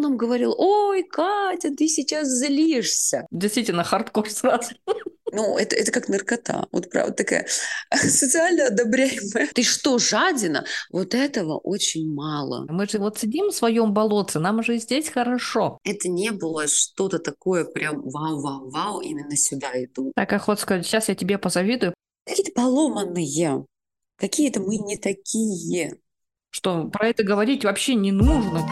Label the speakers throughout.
Speaker 1: нам говорил: ой, Катя, ты сейчас злишься.
Speaker 2: Действительно, хардкор сразу.
Speaker 1: Ну, это как наркота. Вот правда такая социально одобряемая. Ты что, жадина? Вот этого очень мало.
Speaker 2: Мы же вот сидим в своем болотце, нам же здесь хорошо.
Speaker 1: Это не было что-то такое прям вау-вау-вау, именно сюда иду.
Speaker 2: Так, охот сказать, сейчас я тебе позавидую,
Speaker 1: Какие-то поломанные. Какие-то мы не такие.
Speaker 2: что про это говорить вообще не нужно.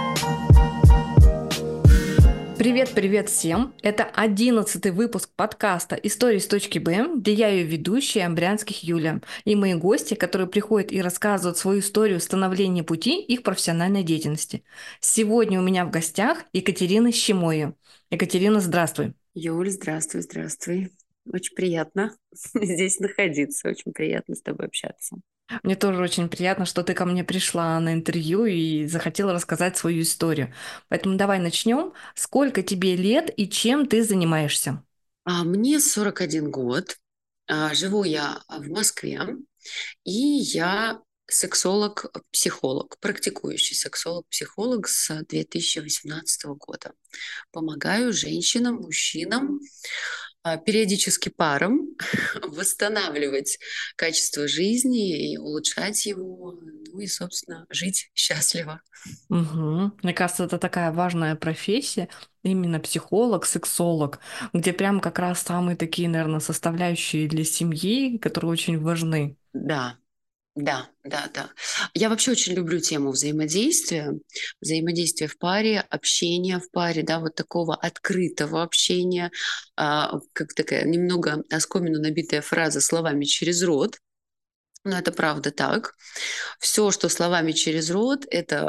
Speaker 2: Привет всем! Это 11-й выпуск подкаста «Истории с точки Б», где я ее ведущая, Брянских Юля, и мои гости, которые приходят и рассказывают свою историю становления пути их профессиональной деятельности. Сегодня у меня в гостях Екатерина Щемоя. Екатерина, здравствуй!
Speaker 1: Юль, здравствуй, здравствуй. Очень приятно здесь находиться, очень приятно с тобой общаться.
Speaker 2: Мне тоже очень приятно, что ты ко мне пришла на интервью и захотела рассказать свою историю. Поэтому давай начнем. Сколько тебе лет и чем ты занимаешься?
Speaker 1: Мне 41 год, живу я в Москве, и я сексолог-психолог, практикующий сексолог-психолог с 2018 года. Помогаю женщинам, мужчинам, периодически парам восстанавливать качество жизни и улучшать его, ну и, собственно, жить счастливо.
Speaker 2: Мгм. Мне кажется, это такая важная профессия, именно психолог, сексолог, где прям как раз самые такие, наверное, составляющие для семьи, которые очень важны.
Speaker 1: Да, да, да, да. Я вообще очень люблю тему взаимодействия, взаимодействия в паре, общения в паре, да, вот такого открытого общения, как такая немного оскомину набитая фраза словами через рот, но это правда так. Все, что словами через рот,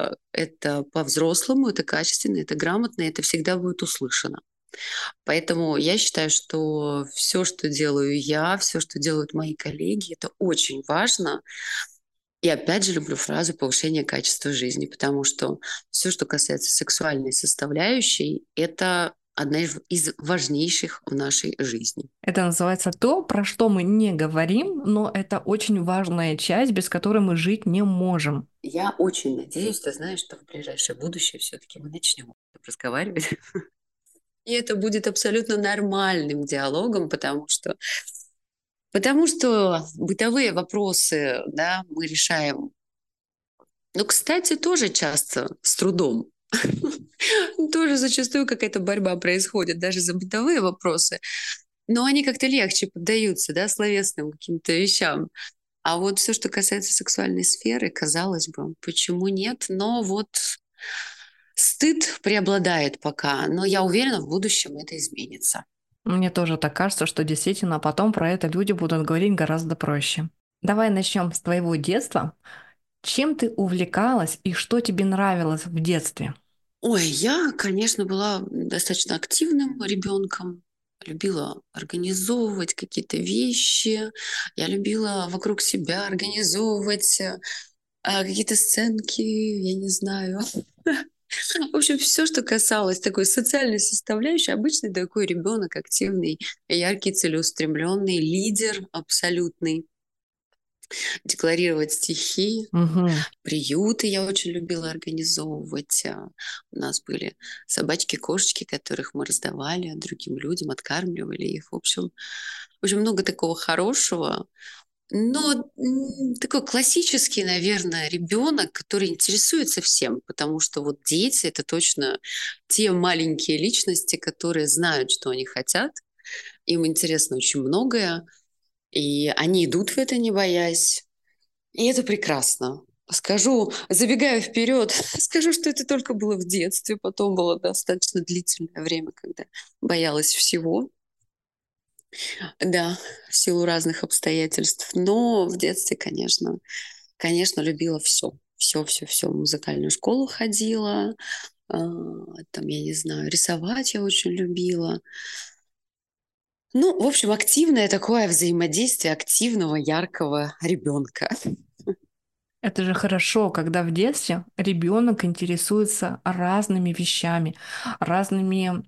Speaker 1: это по-взрослому, это качественно, это грамотно, и это всегда будет услышано. Поэтому я считаю, что все, что делаю я, все, что делают мои коллеги, это очень важно. И опять же люблю фразу повышение качества жизни, потому что все, что касается сексуальной составляющей, это одна из важнейших в нашей жизни.
Speaker 2: Это называется то, про что мы не говорим, но это очень важная часть, без которой мы жить не можем.
Speaker 1: Я очень надеюсь, ты знаешь, что в ближайшее будущее все-таки мы начнем разговаривать. И это будет абсолютно нормальным диалогом, потому что бытовые вопросы, да, мы решаем. Ну, кстати, тоже часто с трудом. Тоже зачастую какая-то борьба происходит даже за бытовые вопросы, но они как-то легче поддаются, да, словесным каким-то вещам. А вот все, что касается сексуальной сферы, казалось бы, почему нет? Но вот стыд преобладает пока, но я уверена, в будущем это изменится.
Speaker 2: Мне тоже так кажется, что действительно потом про это люди будут говорить гораздо проще. Давай начнем с твоего детства. Чем ты увлекалась и что тебе нравилось в детстве?
Speaker 1: Ой, я, конечно, была достаточно активным ребенком. Любила организовывать какие-то вещи. Я любила вокруг себя организовывать какие-то сценки, я не знаю. В общем, все, что касалось такой социальной составляющей, обычный такой ребенок активный, яркий, целеустремленный, лидер абсолютный, декларировать стихи.
Speaker 2: Мгм.
Speaker 1: Приюты я очень любила организовывать. У нас были собачки, кошечки, которых мы раздавали другим людям, откармливали их. В общем, очень много такого хорошего. Но такой классический, наверное, ребенок, который интересуется всем, потому что вот дети это точно те маленькие личности, которые знают, что они хотят. Им интересно очень многое, и они идут в это, не боясь. И это прекрасно. Скажу, забегая вперед, скажу, что это только было в детстве, потом было достаточно длительное время, когда боялась всего, да, в силу разных обстоятельств. Но в детстве, конечно, любила все. Все. В музыкальную школу ходила, там, я не знаю, рисовать я очень любила. Ну, в общем, активное такое взаимодействие активного, яркого ребенка.
Speaker 2: Это же хорошо, когда в детстве ребенок интересуется разными вещами, разными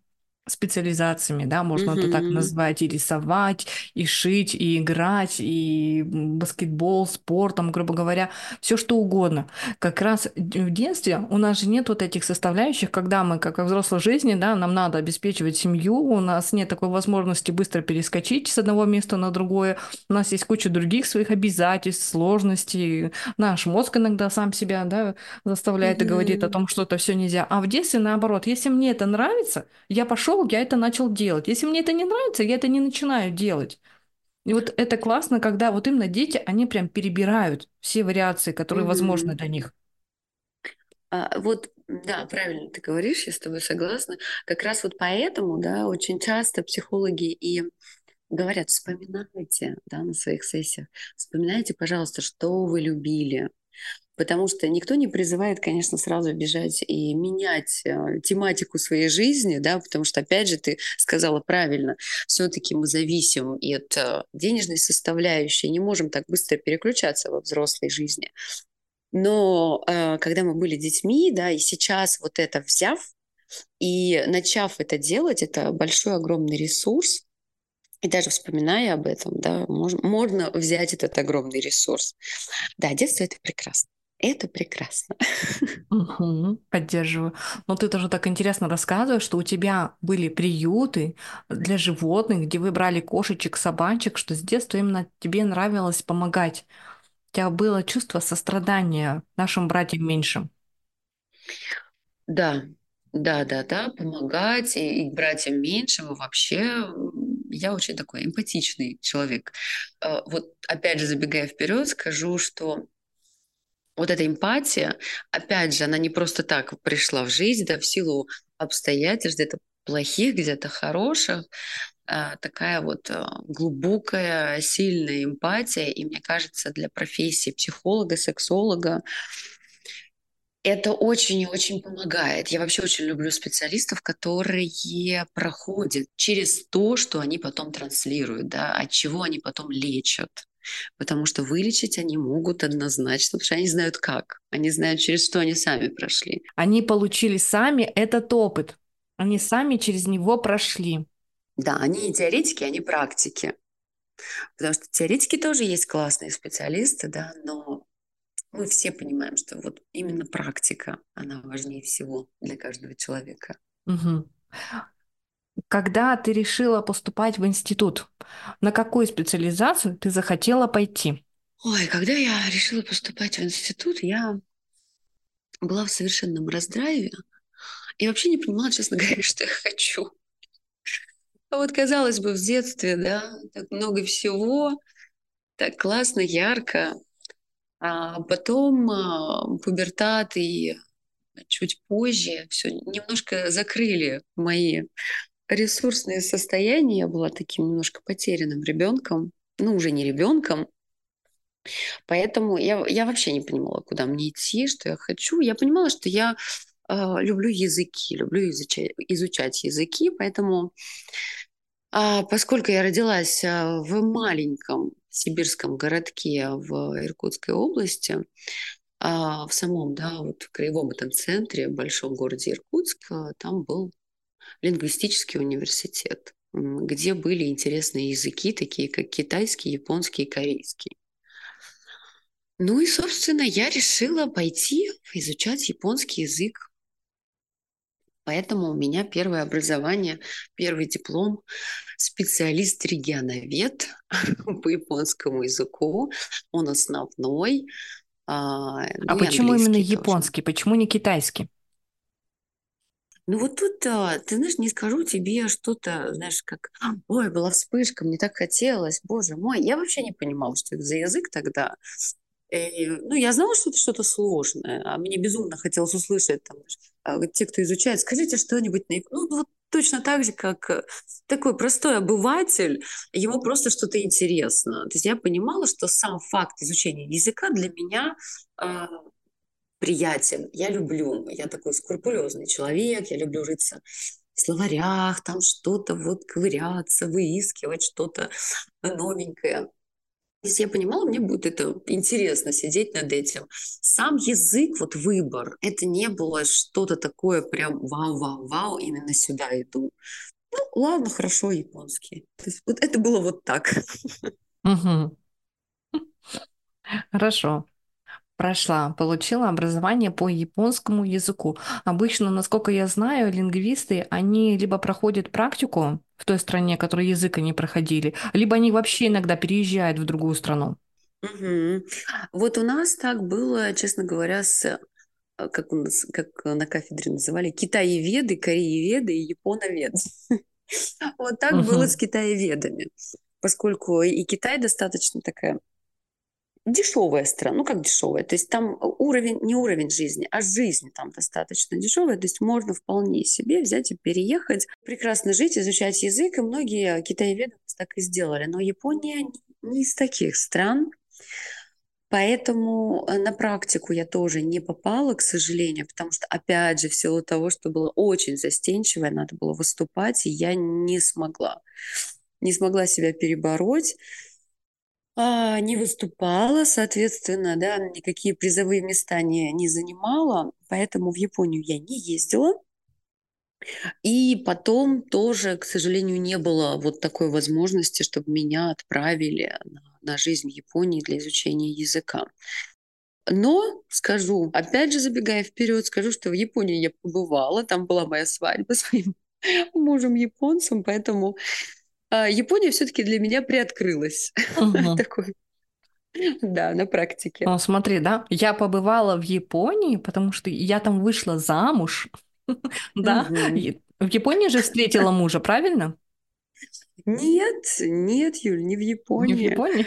Speaker 2: специализациями, да, можно это так
Speaker 1: Мгм.
Speaker 2: назвать, и рисовать, и шить, и играть, и баскетбол, спорт, там, грубо говоря, все что угодно. Как раз в детстве у нас же нет вот этих составляющих, когда мы, как во взрослой жизни, да, нам надо обеспечивать семью, у нас нет такой возможности быстро перескочить с одного места на другое, у нас есть куча других своих обязательств, сложностей, наш мозг иногда сам себя, да, заставляет и говорит о
Speaker 1: Мгм.
Speaker 2: том, что это все нельзя. А в детстве наоборот, если мне это нравится, я пошел, я это начал делать. Если мне это не нравится, я это не начинаю делать. И вот это классно, когда вот именно дети, они прям перебирают все вариации, которые возможны
Speaker 1: Мгм.
Speaker 2: для них.
Speaker 1: Вот, да, правильно ты говоришь, я с тобой согласна. Как раз вот поэтому, да, очень часто психологи и говорят, вспоминайте, да, на своих сессиях, вспоминайте, пожалуйста, что вы любили. Потому что никто не призывает, конечно, сразу бежать и менять тематику своей жизни, да, потому что, опять же, ты сказала правильно, все-таки мы зависим и от денежной составляющей, не можем так быстро переключаться во взрослой жизни. Но когда мы были детьми, да, и сейчас вот это взяв и начав это делать, это большой огромный ресурс, и даже вспоминая об этом, да, можно взять этот огромный ресурс. Да, детство это прекрасно. Это прекрасно.
Speaker 2: Мгм. Поддерживаю. Но ты тоже так интересно рассказываешь, что у тебя были приюты для животных, где вы брали кошечек, собачек, что с детства именно тебе нравилось помогать. У тебя было чувство сострадания нашим братьям меньшим.
Speaker 1: Да, да, помогать и братьям меньшим, и вообще я очень такой эмпатичный человек. Вот опять же, забегая вперед, скажу, что вот эта эмпатия, опять же, она не просто так пришла в жизнь, да, в силу обстоятельств, где-то плохих, где-то хороших, такая вот глубокая, сильная эмпатия, и мне кажется, для профессии психолога, сексолога это очень и очень помогает. Я вообще очень люблю специалистов, которые проходят через то, что они потом транслируют, да, от чего они потом лечат. Потому что вылечить они могут однозначно, потому что они знают как. Они знают, через что они сами прошли.
Speaker 2: Они получили сами этот опыт. Они сами через него прошли.
Speaker 1: Да, они и теоретики, они практики. Потому что теоретики тоже есть классные специалисты, да, но мы все понимаем, что вот именно практика, она важнее всего для каждого человека.
Speaker 2: Мгм. Когда ты решила поступать в институт, на какую специализацию ты захотела пойти?
Speaker 1: Ой, когда я решила поступать в институт, я была в совершенном раздрайве и вообще не понимала, честно говоря, что я хочу. А вот, казалось бы, в детстве, да, так много всего, так классно, ярко. А потом пубертат и чуть позже все немножко закрыли мои ресурсные состояния. Я была таким немножко потерянным ребенком, ну, уже не ребенком. Поэтому я вообще не понимала, куда мне идти, что я хочу. Я понимала, что я люблю языки, люблю изучать языки, поэтому, поскольку я родилась в маленьком сибирском городке в Иркутской области, в самом, да, вот краевом этом центре, в большом городе Иркутск, там был лингвистический университет, где были интересные языки, такие как китайский, японский и корейский. Ну и, собственно, я решила пойти изучать японский язык. Поэтому у меня первое образование, первый диплом специалист-регионовед по японскому языку. Он основной,
Speaker 2: А
Speaker 1: ну и
Speaker 2: почему именно
Speaker 1: английский тоже.
Speaker 2: японский? Почему не китайский?
Speaker 1: Ну вот тут, ты знаешь, не скажу тебе что-то, знаешь, как, ой, была вспышка, мне так хотелось, боже мой. Я вообще не понимала, что это за язык тогда. Ну, я знала, что это что-то сложное, а мне безумно хотелось услышать там, вот те, кто изучает, скажите что-нибудь на ну, вот точно так же, как такой простой обыватель, ему просто что-то интересно. То есть я понимала, что сам факт изучения языка для меня а, приятен. Я люблю, я такой скрупулезный человек, я люблю рыться в словарях, там что-то вот ковыряться, выискивать что-то новенькое. Если я понимала, мне будет это интересно сидеть над этим. Сам язык, вот выбор, это не было что-то такое прям вау-вау-вау, именно сюда иду. Ну, ладно, хорошо, японский. То есть вот это было вот так.
Speaker 2: Мгм. Хорошо. Прошла, получила образование по японскому языку. Обычно, насколько я знаю, лингвисты, они либо проходят практику в той стране, которой язык они проходили, либо они вообще иногда переезжают в другую страну.
Speaker 1: Мгм. Вот у нас так было, честно говоря, как у нас, как на кафедре называли, китаеведы, корееведы и японоведы. Вот так было с
Speaker 2: Мгм.
Speaker 1: китаеведами, поскольку и Китай достаточно такая дешевая страна, ну как дешевая, то есть там уровень, не уровень жизни, а жизнь там достаточно дешевая, то есть можно вполне себе взять и переехать, прекрасно жить, изучать язык, и многие китаеведы так и сделали. Но Япония не из таких стран, поэтому на практику я тоже не попала, к сожалению, потому что, опять же, в силу того, что было очень застенчивое, надо было выступать, и я не смогла. Не смогла себя перебороть, не выступала, соответственно, да, никакие призовые места не занимала, поэтому в Японию я не ездила. И потом тоже, к сожалению, не было вот такой возможности, чтобы меня отправили на жизнь в Японии для изучения языка. Но скажу, опять же, забегая вперед, скажу, что в Японии я побывала, там была моя свадьба с моим мужем японцем, поэтому Япония все-таки для меня приоткрылась.
Speaker 2: Мгм.
Speaker 1: Такой, да, на практике.
Speaker 2: Ну, смотри, да, я побывала в Японии, потому что я там вышла замуж, да,
Speaker 1: Мгм.
Speaker 2: в Японии же встретила мужа, правильно?
Speaker 1: Нет, нет, Юль, не в
Speaker 2: Не в
Speaker 1: Японии.
Speaker 2: Японии?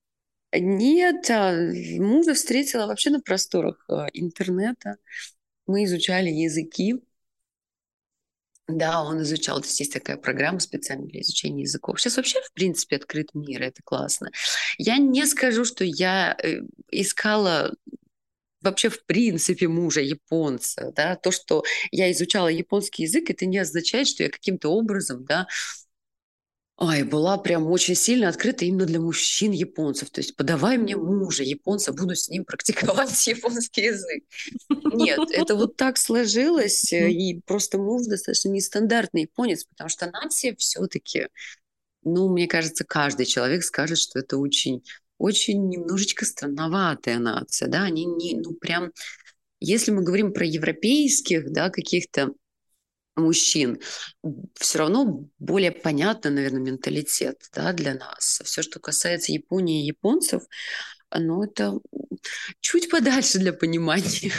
Speaker 1: Нет, мужа встретила вообще на просторах интернета. Мы изучали языки. Да, он изучал. То есть такая программа специально для изучения языков. Сейчас вообще, в принципе, открыт мир, это классно. Я не скажу, что я искала вообще в принципе мужа японца, да, то, что я изучала японский язык, это не означает, что я каким-то образом, да, была прям очень сильно открыта именно для мужчин японцев. То есть подавай мне мужа японца, буду с ним практиковать японский язык. Нет, это вот так сложилось,
Speaker 2: Мгм.
Speaker 1: и просто муж достаточно нестандартный японец, потому что нация все-таки, ну, мне кажется, каждый человек скажет, что это очень, очень немножечко странноватая нация, да, они не, ну, прям, если мы говорим про европейских, да, каких-то мужчин, все равно более понятно, наверное, менталитет, да, для нас. Все, что касается Японии и японцев, ну, это чуть подальше для понимания.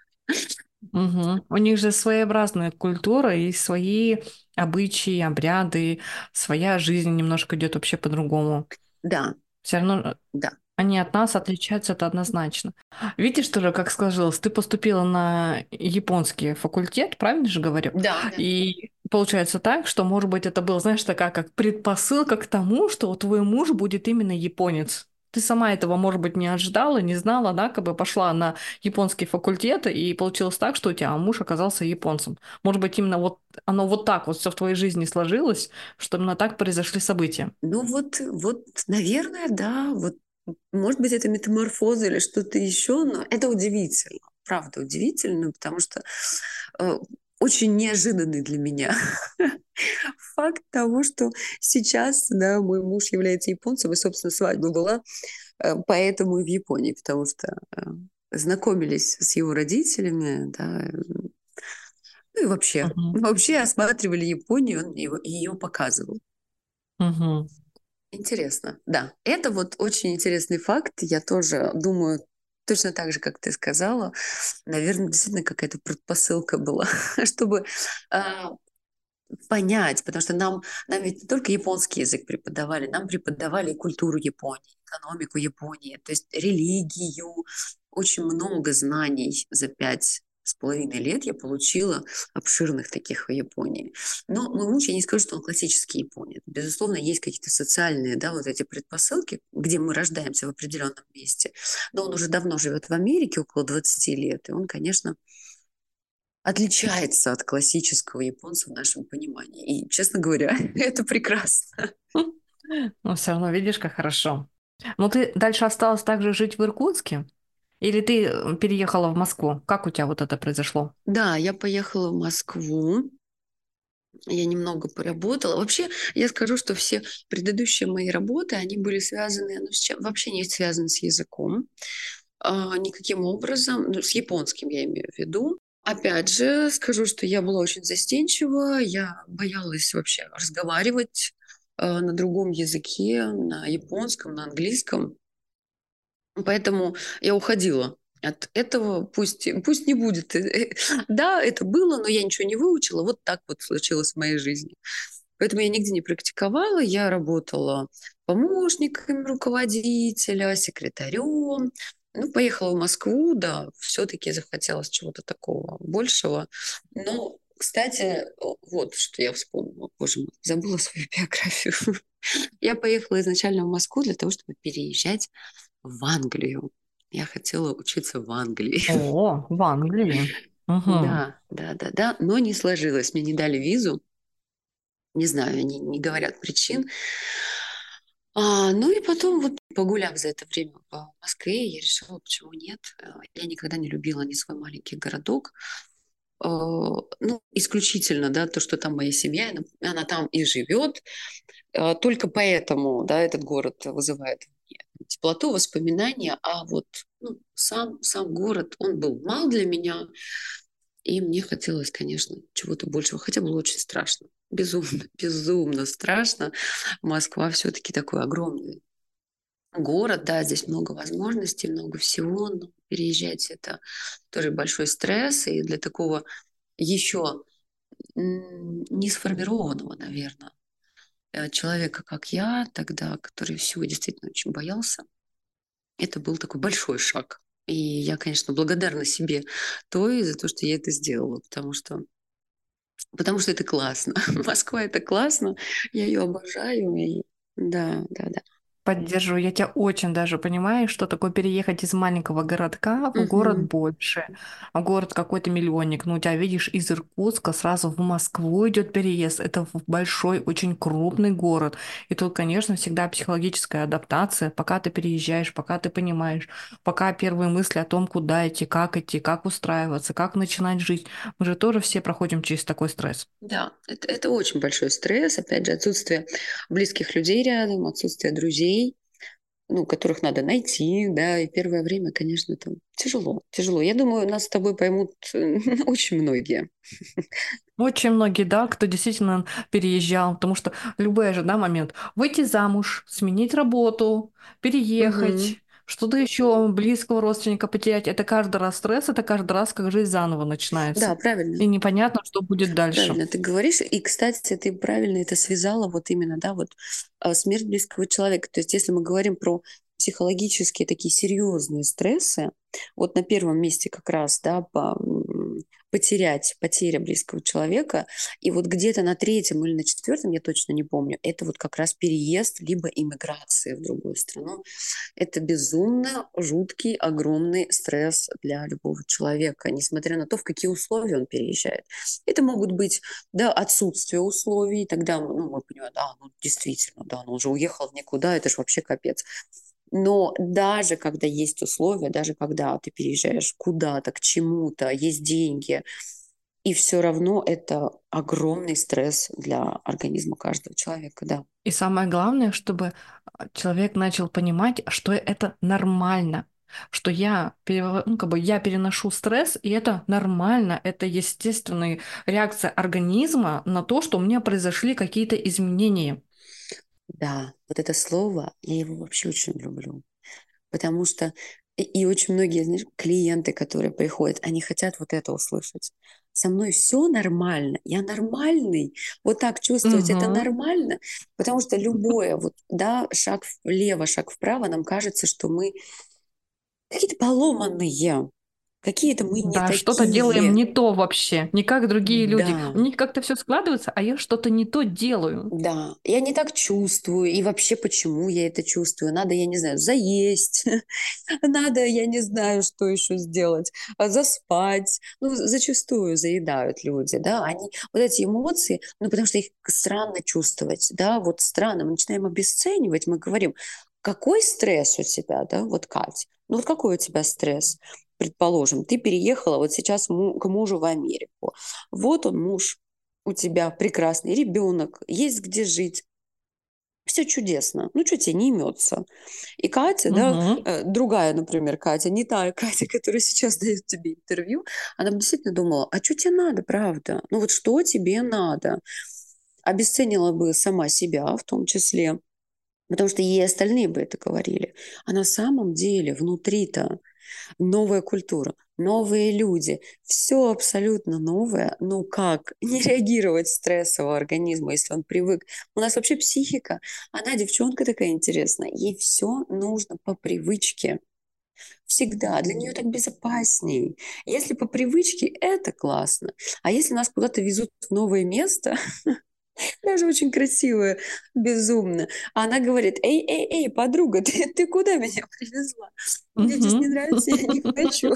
Speaker 2: Мгм. У них же своеобразная культура и свои обычаи, обряды, своя жизнь немножко идет вообще по-другому.
Speaker 1: Да,
Speaker 2: Все равно
Speaker 1: да,
Speaker 2: они от нас отличаются, это однозначно. Видишь тоже, как сложилось, ты поступила на японский факультет, правильно же говорю?
Speaker 1: да, да.
Speaker 2: И получается так, что, может быть, это был, знаешь, такая как предпосылка к тому, что вот твой муж будет именно японец. Ты сама этого, может быть, не ожидала, не знала, да, как бы пошла на японский факультет, и получилось так, что у тебя муж оказался японцем. Может быть, именно вот оно вот так вот все в твоей жизни сложилось, что именно так произошли события.
Speaker 1: Ну вот, наверное, да, вот, может быть, это метаморфоза или что-то еще, но это удивительно, правда удивительно, потому что э, очень неожиданный для меня факт того, что сейчас, да, мой муж является японцем, и, собственно, свадьба была поэтому и в Японии, потому что знакомились с его родителями, да, ну и вообще,
Speaker 2: Мгм.
Speaker 1: вообще осматривали Японию, он ее показывал.
Speaker 2: Мгм.
Speaker 1: Интересно, да. Это вот очень интересный факт. Я тоже думаю, точно так же, как ты сказала, наверное, действительно какая-то предпосылка была, чтобы а, понять, потому что нам ведь не только японский язык преподавали, нам преподавали и культуру Японии, экономику Японии, то есть религию, очень много знаний за 5,5 лет я получила обширных таких о Японии. Но мой муж, я не скажу, что он классический японец. Безусловно, есть какие-то социальные, да, вот эти предпосылки, где мы рождаемся в определенном месте. Но он уже давно живет в Америке, около 20 лет, и он, конечно, отличается от классического японца в нашем понимании. И, честно говоря, это прекрасно.
Speaker 2: Но все равно видишь, как хорошо. Но ты дальше осталась также жить в Иркутске? Или ты переехала в Москву? Как у тебя вот это произошло?
Speaker 1: Да, я поехала в Москву. Я немного поработала. Вообще, я скажу, что все предыдущие мои работы, они были связаны, ну, вообще не связаны с языком, никаким образом, ну, с японским я имею в виду. Опять же, скажу, что я была очень застенчива, я боялась вообще разговаривать на другом языке, на японском, на английском. Поэтому я уходила от этого. Пусть не будет. Да, это было, но я ничего не выучила. Вот так вот случилось в моей жизни. Поэтому я нигде не практиковала. Я работала помощником руководителя, секретарем. Ну, поехала в Москву, да, все-таки захотелось чего-то такого большего. Но, кстати, вот что я вспомнила, боже мой, забыла свою биографию. Я поехала изначально в Москву для того, чтобы переезжать в Англию. Я хотела учиться в Англии.
Speaker 2: О, в Англии. Угу.
Speaker 1: Да, да, да, да, но не сложилось. Мне не дали визу. Не знаю, они не говорят причин. Ну и потом, вот погуляв за это время по Москве, я решила, почему нет. Я никогда не любила ни свой маленький городок. Ну, исключительно, да, то, что там моя семья, она там и живет. Только поэтому, да, этот город вызывает у меня теплоту, воспоминания. А вот ну, сам город, он был мал для меня. И мне хотелось, конечно, чего-то большего. Хотя было очень страшно. Безумно, безумно страшно. Москва все-таки такой огромный город, да, здесь много возможностей, много всего, но переезжать это тоже большой стресс, и для такого еще не сформированного, наверное, человека, как я тогда, который всего действительно очень боялся, это был такой большой шаг. И я, конечно, благодарна себе той за то, что я это сделала, потому что это классно. Москва это классно, я ее обожаю. И да, да, да.
Speaker 2: Поддерживаю. Я тебя очень даже понимаю, что такое переехать из маленького городка в город
Speaker 1: Мгм.
Speaker 2: больше, в город какой-то миллионник. Ну, у тебя, видишь, из Иркутска сразу в Москву идет переезд. Это в большой, очень крупный город. И тут, конечно, всегда психологическая адаптация. Пока ты переезжаешь, пока ты понимаешь, пока первые мысли о том, куда идти, как устраиваться, как начинать жить. Мы же тоже все проходим через такой стресс.
Speaker 1: Да, это очень большой стресс. Опять же, отсутствие близких людей рядом, отсутствие друзей, ну, которых надо найти, да, и первое время, конечно, там тяжело, тяжело. Я думаю, нас с тобой поймут очень многие.
Speaker 2: Очень многие, да, кто действительно переезжал, потому что любой же, да, момент выйти замуж, сменить работу,
Speaker 1: Мгм.
Speaker 2: переехать, что-то еще близкого родственника потерять, это каждый раз стресс, это каждый раз как жизнь заново начинается.
Speaker 1: Да, правильно.
Speaker 2: И непонятно, что будет дальше.
Speaker 1: Правильно ты говоришь. И, кстати, ты правильно это связала вот именно, да, вот смерть близкого человека. То есть если мы говорим про психологические такие серьезные стрессы, вот на первом месте как раз, да, потеря близкого человека, и вот где-то на третьем или на четвертом, я точно не помню, это вот как раз переезд либо иммиграция в другую страну. Это безумно жуткий, огромный стресс для любого человека, несмотря на то, в какие условия он переезжает. Это могут быть, да, отсутствие условий, тогда ну, мы понимаем, да, ну, действительно, да, ну, он же уехал в никуда, это же вообще капец. Но даже когда есть условия, даже когда ты переезжаешь куда-то, к чему-то, есть деньги, и все равно это огромный стресс для организма каждого человека, да.
Speaker 2: И самое главное, чтобы человек начал понимать, что это нормально, что ну, как бы я переношу стресс, и это нормально, это естественная реакция организма на то, что у меня произошли какие-то изменения.
Speaker 1: Да, вот это слово, я его вообще очень люблю. Потому что и очень многие, знаешь, клиенты, которые приходят, они хотят вот это услышать. Со мной все нормально, я нормальный. Вот так чувствовать это
Speaker 2: Мгм.
Speaker 1: нормально, потому что любое вот, да, шаг влево, шаг вправо, нам кажется, что мы какие-то поломанные, какие-то мы не
Speaker 2: Да, что-то делаем
Speaker 1: такие.
Speaker 2: не то вообще, не как другие люди. У
Speaker 1: Да,
Speaker 2: них как-то все складывается, а я что-то не то делаю.
Speaker 1: да, я не так чувствую, и вообще почему я это чувствую? Надо, я не знаю, заесть, надо, я не знаю, что еще сделать, заспать. Ну, зачастую заедают люди, да, они, вот эти эмоции, ну, потому что их странно чувствовать, да, вот странно, мы начинаем обесценивать, мы говорим, какой стресс у тебя, да, вот, Кать, ну, вот какой у тебя стресс? Предположим, ты переехала вот сейчас к мужу в Америку. Вот он, муж, у тебя прекрасный ребенок, есть где жить, все чудесно. Ну, что тебе не имется? И Катя, да,
Speaker 2: Угу.
Speaker 1: другая, например, Катя, не та Катя, которая сейчас дает тебе интервью, она бы действительно думала, а что тебе надо, правда? Ну вот что тебе надо? Обесценила бы сама себя в том числе, потому что ей остальные бы это говорили. А на самом деле внутри-то новая культура, новые люди, все абсолютно новое. Ну как не реагировать стрессового организма, если он привык? У нас вообще психика, она девчонка такая интересная, ей все нужно по привычке. Всегда. Для нее так безопасней. Если по привычке, это классно. А если нас куда-то везут в новое место, даже очень красивое, безумно, а она говорит, эй, эй, эй, подруга, ты куда меня привезла? Мне здесь не
Speaker 2: Угу.
Speaker 1: нравится, я не хочу.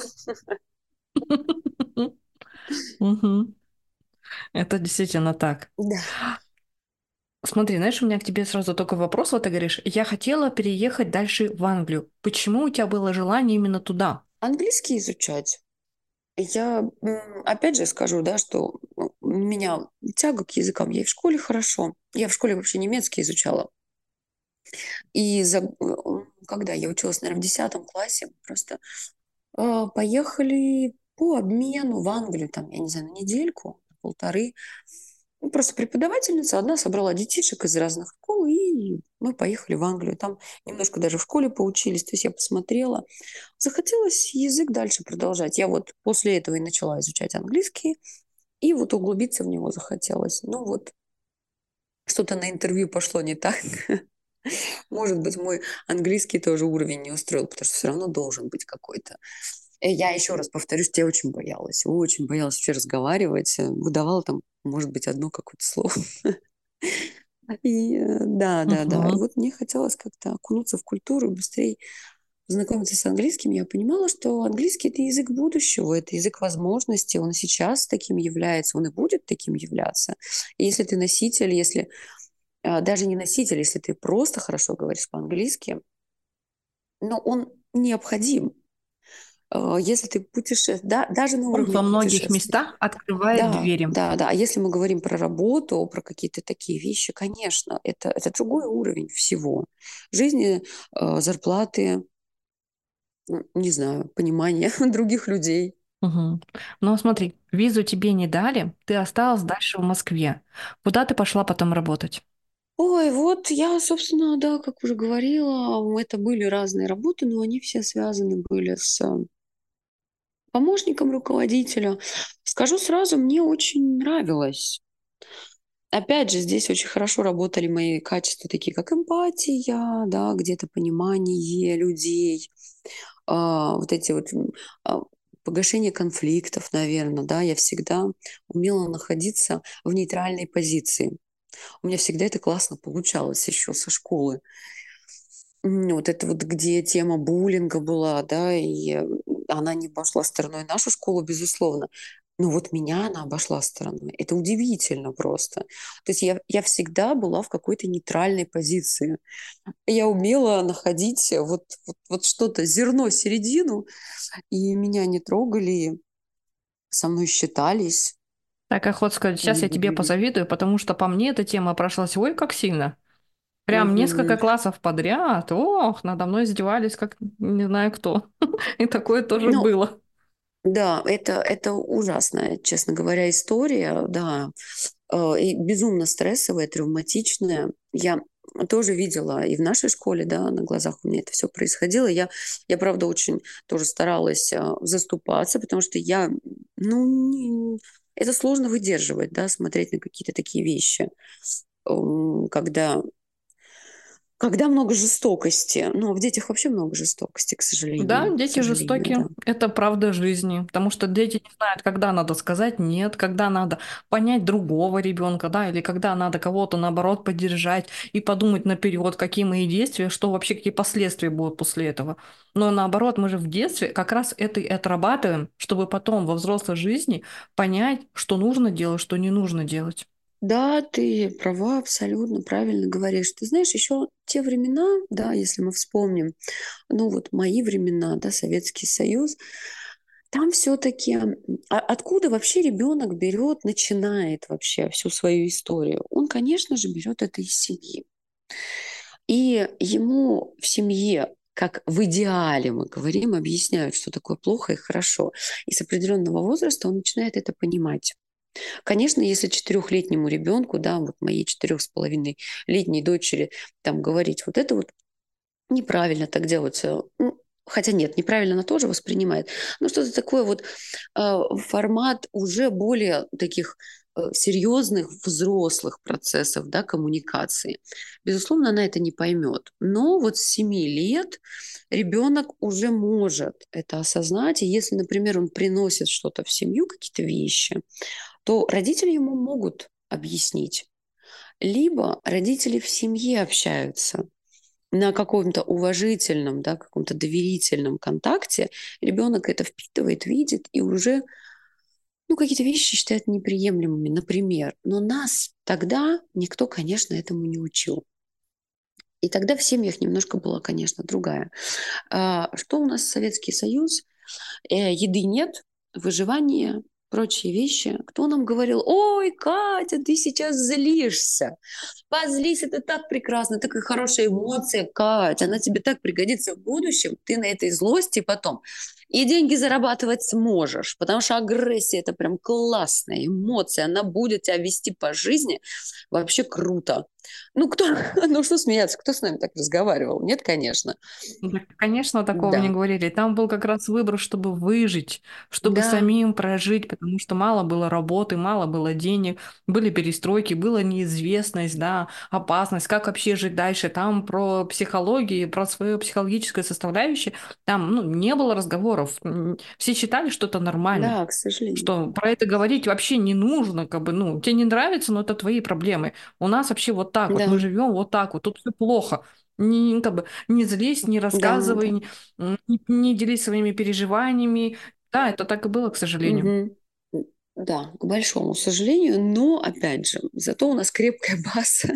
Speaker 2: Угу. Это действительно так.
Speaker 1: Да.
Speaker 2: Смотри, знаешь, у меня к тебе сразу такой вопрос. Вот ты говоришь, я хотела переехать дальше в Англию. Почему у тебя было желание именно туда?
Speaker 1: Английский изучать. Я, опять же, скажу, да, что у меня тяга к языкам. Я и в школе хорошо. Я в школе вообще немецкий изучала. И когда я училась, наверное, в 10 классе, просто поехали по обмену в Англию, там, я не знаю, на недельку, полторы. Ну, просто преподавательница одна собрала детишек из разных школ, и мы поехали в Англию. Там немножко даже в школе поучились, то есть я посмотрела. Захотелось язык дальше продолжать. Я вот после этого и начала изучать английский, и вот углубиться в него захотелось. Ну вот, что-то на интервью пошло не так. Может быть, мой английский тоже уровень не устроил, потому что все равно должен быть какой-то. Я еще раз повторюсь, я очень боялась вообще разговаривать. Выдавала там, может быть, одно какое-то слово. И да, да, да. И
Speaker 2: Угу.
Speaker 1: вот мне хотелось как-то окунуться в культуру и быстрее познакомиться с английским. Я понимала, что английский — это язык будущего, это язык возможностей. Он и сейчас таким является, он и будет таким являться. И если ты носитель, если даже не носитель, если ты просто хорошо говоришь по-английски, но он необходим. Если ты путешествуешь, да, даже на
Speaker 2: Он
Speaker 1: уровне
Speaker 2: во многих
Speaker 1: путешествий.
Speaker 2: местах открывает
Speaker 1: Да,
Speaker 2: двери.
Speaker 1: да, да. А если мы говорим про работу, про какие-то такие вещи, конечно, это другой уровень всего. Жизни, зарплаты, не знаю, понимания других людей.
Speaker 2: Угу. Но смотри, визу тебе не дали, ты осталась дальше в Москве. Куда ты пошла потом работать?
Speaker 1: Ой, вот я, собственно, да, как уже говорила, это были разные работы, но они все связаны были с помощником руководителя. Скажу сразу, мне очень нравилось. Опять же, здесь очень хорошо работали мои качества, такие как эмпатия, да, где-то понимание людей, вот эти вот а, погашение конфликтов, наверное, да, я всегда умела находиться в нейтральной позиции. У меня всегда это классно получалось еще со школы. Вот это вот где тема буллинга была, да, и она не обошла стороной нашу школу, безусловно. Но вот меня она обошла стороной. Это удивительно просто. То есть я всегда была в какой-то нейтральной позиции. Я умела находить вот что-то, зерно, середину, и меня не трогали, со мной считались,
Speaker 2: Так, охот сказать, сейчас я тебе
Speaker 1: любили.
Speaker 2: позавидую, потому что по мне эта тема прошлась, ой, как сильно. Прям несколько
Speaker 1: Мгм.
Speaker 2: классов подряд. Ох, надо мной издевались, как не знаю кто. И такое тоже
Speaker 1: Ну,
Speaker 2: было.
Speaker 1: да, это ужасная, честно говоря, история, да. И безумно стрессовая, травматичная. Я тоже видела и в нашей школе, да, на глазах у меня это все происходило. Я правда, очень тоже старалась заступаться, потому что ну, это сложно выдерживать, да, смотреть на какие-то такие вещи, когда много жестокости. Ну, в детях вообще много жестокости,
Speaker 2: Да,
Speaker 1: к
Speaker 2: дети
Speaker 1: сожалению,
Speaker 2: жестокие.
Speaker 1: да.
Speaker 2: Это правда жизни. Потому что дети не знают, когда надо сказать нет, когда надо понять другого ребенка, да, или когда надо кого-то, наоборот, поддержать и подумать наперед, какие мои действия, что вообще, какие последствия будут после этого. Но наоборот, мы же в детстве как раз это и отрабатываем, чтобы потом во взрослой жизни понять, что нужно делать, что не нужно делать.
Speaker 1: Да, ты права, абсолютно правильно говоришь. Ты знаешь, еще те времена, да, если мы вспомним, ну вот мои времена, да, Советский Союз, там все-таки откуда вообще ребенок берет, начинает вообще всю свою историю? Он, конечно же, берет это из семьи. И ему в семье, как в идеале мы говорим, объясняют, что такое плохо и хорошо. И с определенного возраста он начинает это понимать. Конечно, если четырехлетнему ребенку, да, вот моей 4,5-летней дочери, там говорить вот это вот неправильно так делать, хотя нет, неправильно она тоже воспринимает, но что-то такое вот формат уже более таких серьезных взрослых процессов, да, коммуникации. Безусловно, она это не поймет. Но вот с 7 лет ребенок уже может это осознать. И если, например, он приносит что-то в семью, какие-то вещи, то родители ему могут объяснить. Либо родители в семье общаются на каком-то уважительном, да, каком-то доверительном контакте, ребенок это впитывает, видит и уже какие-то вещи считает неприемлемыми, например. Но нас тогда никто, конечно, этому не учил. И тогда в семьях немножко была, конечно, другая. Что у нас Советский Союз? Еды нет, выживание, прочие вещи. Кто нам говорил: ой, Катя, ты сейчас злишься. Позлись, это так прекрасно, такая хорошая эмоция, Катя, она тебе так пригодится в будущем. Ты на этой злости потом и деньги зарабатывать сможешь, потому что агрессия – это прям классная эмоция, она будет тебя вести по жизни вообще круто. Кто, ну что смеяться, кто с нами так разговаривал? Нет, конечно.
Speaker 2: Да, конечно, такого не
Speaker 1: Да,
Speaker 2: говорили. Там был как раз выбор, чтобы выжить, чтобы
Speaker 1: да,
Speaker 2: самим прожить, потому что мало было работы, мало было денег, были перестройки, была неизвестность, да, опасность, как вообще жить дальше. Там про психологию, про свою психологическую составляющую, там, не было разговоров. Все считали, что это нормально,
Speaker 1: да, к сожалению.
Speaker 2: что про это говорить вообще не нужно, как бы, тебе не нравится, но это твои проблемы. У нас вообще вот так вот, мы
Speaker 1: Да,
Speaker 2: живем вот так вот, тут все плохо. Как бы, не злись, не
Speaker 1: да,
Speaker 2: рассказывай,
Speaker 1: да.
Speaker 2: не делись своими переживаниями. Да, это так и было, к сожалению.
Speaker 1: Мгм. Да, к большому сожалению, но опять же, зато у нас крепкая база.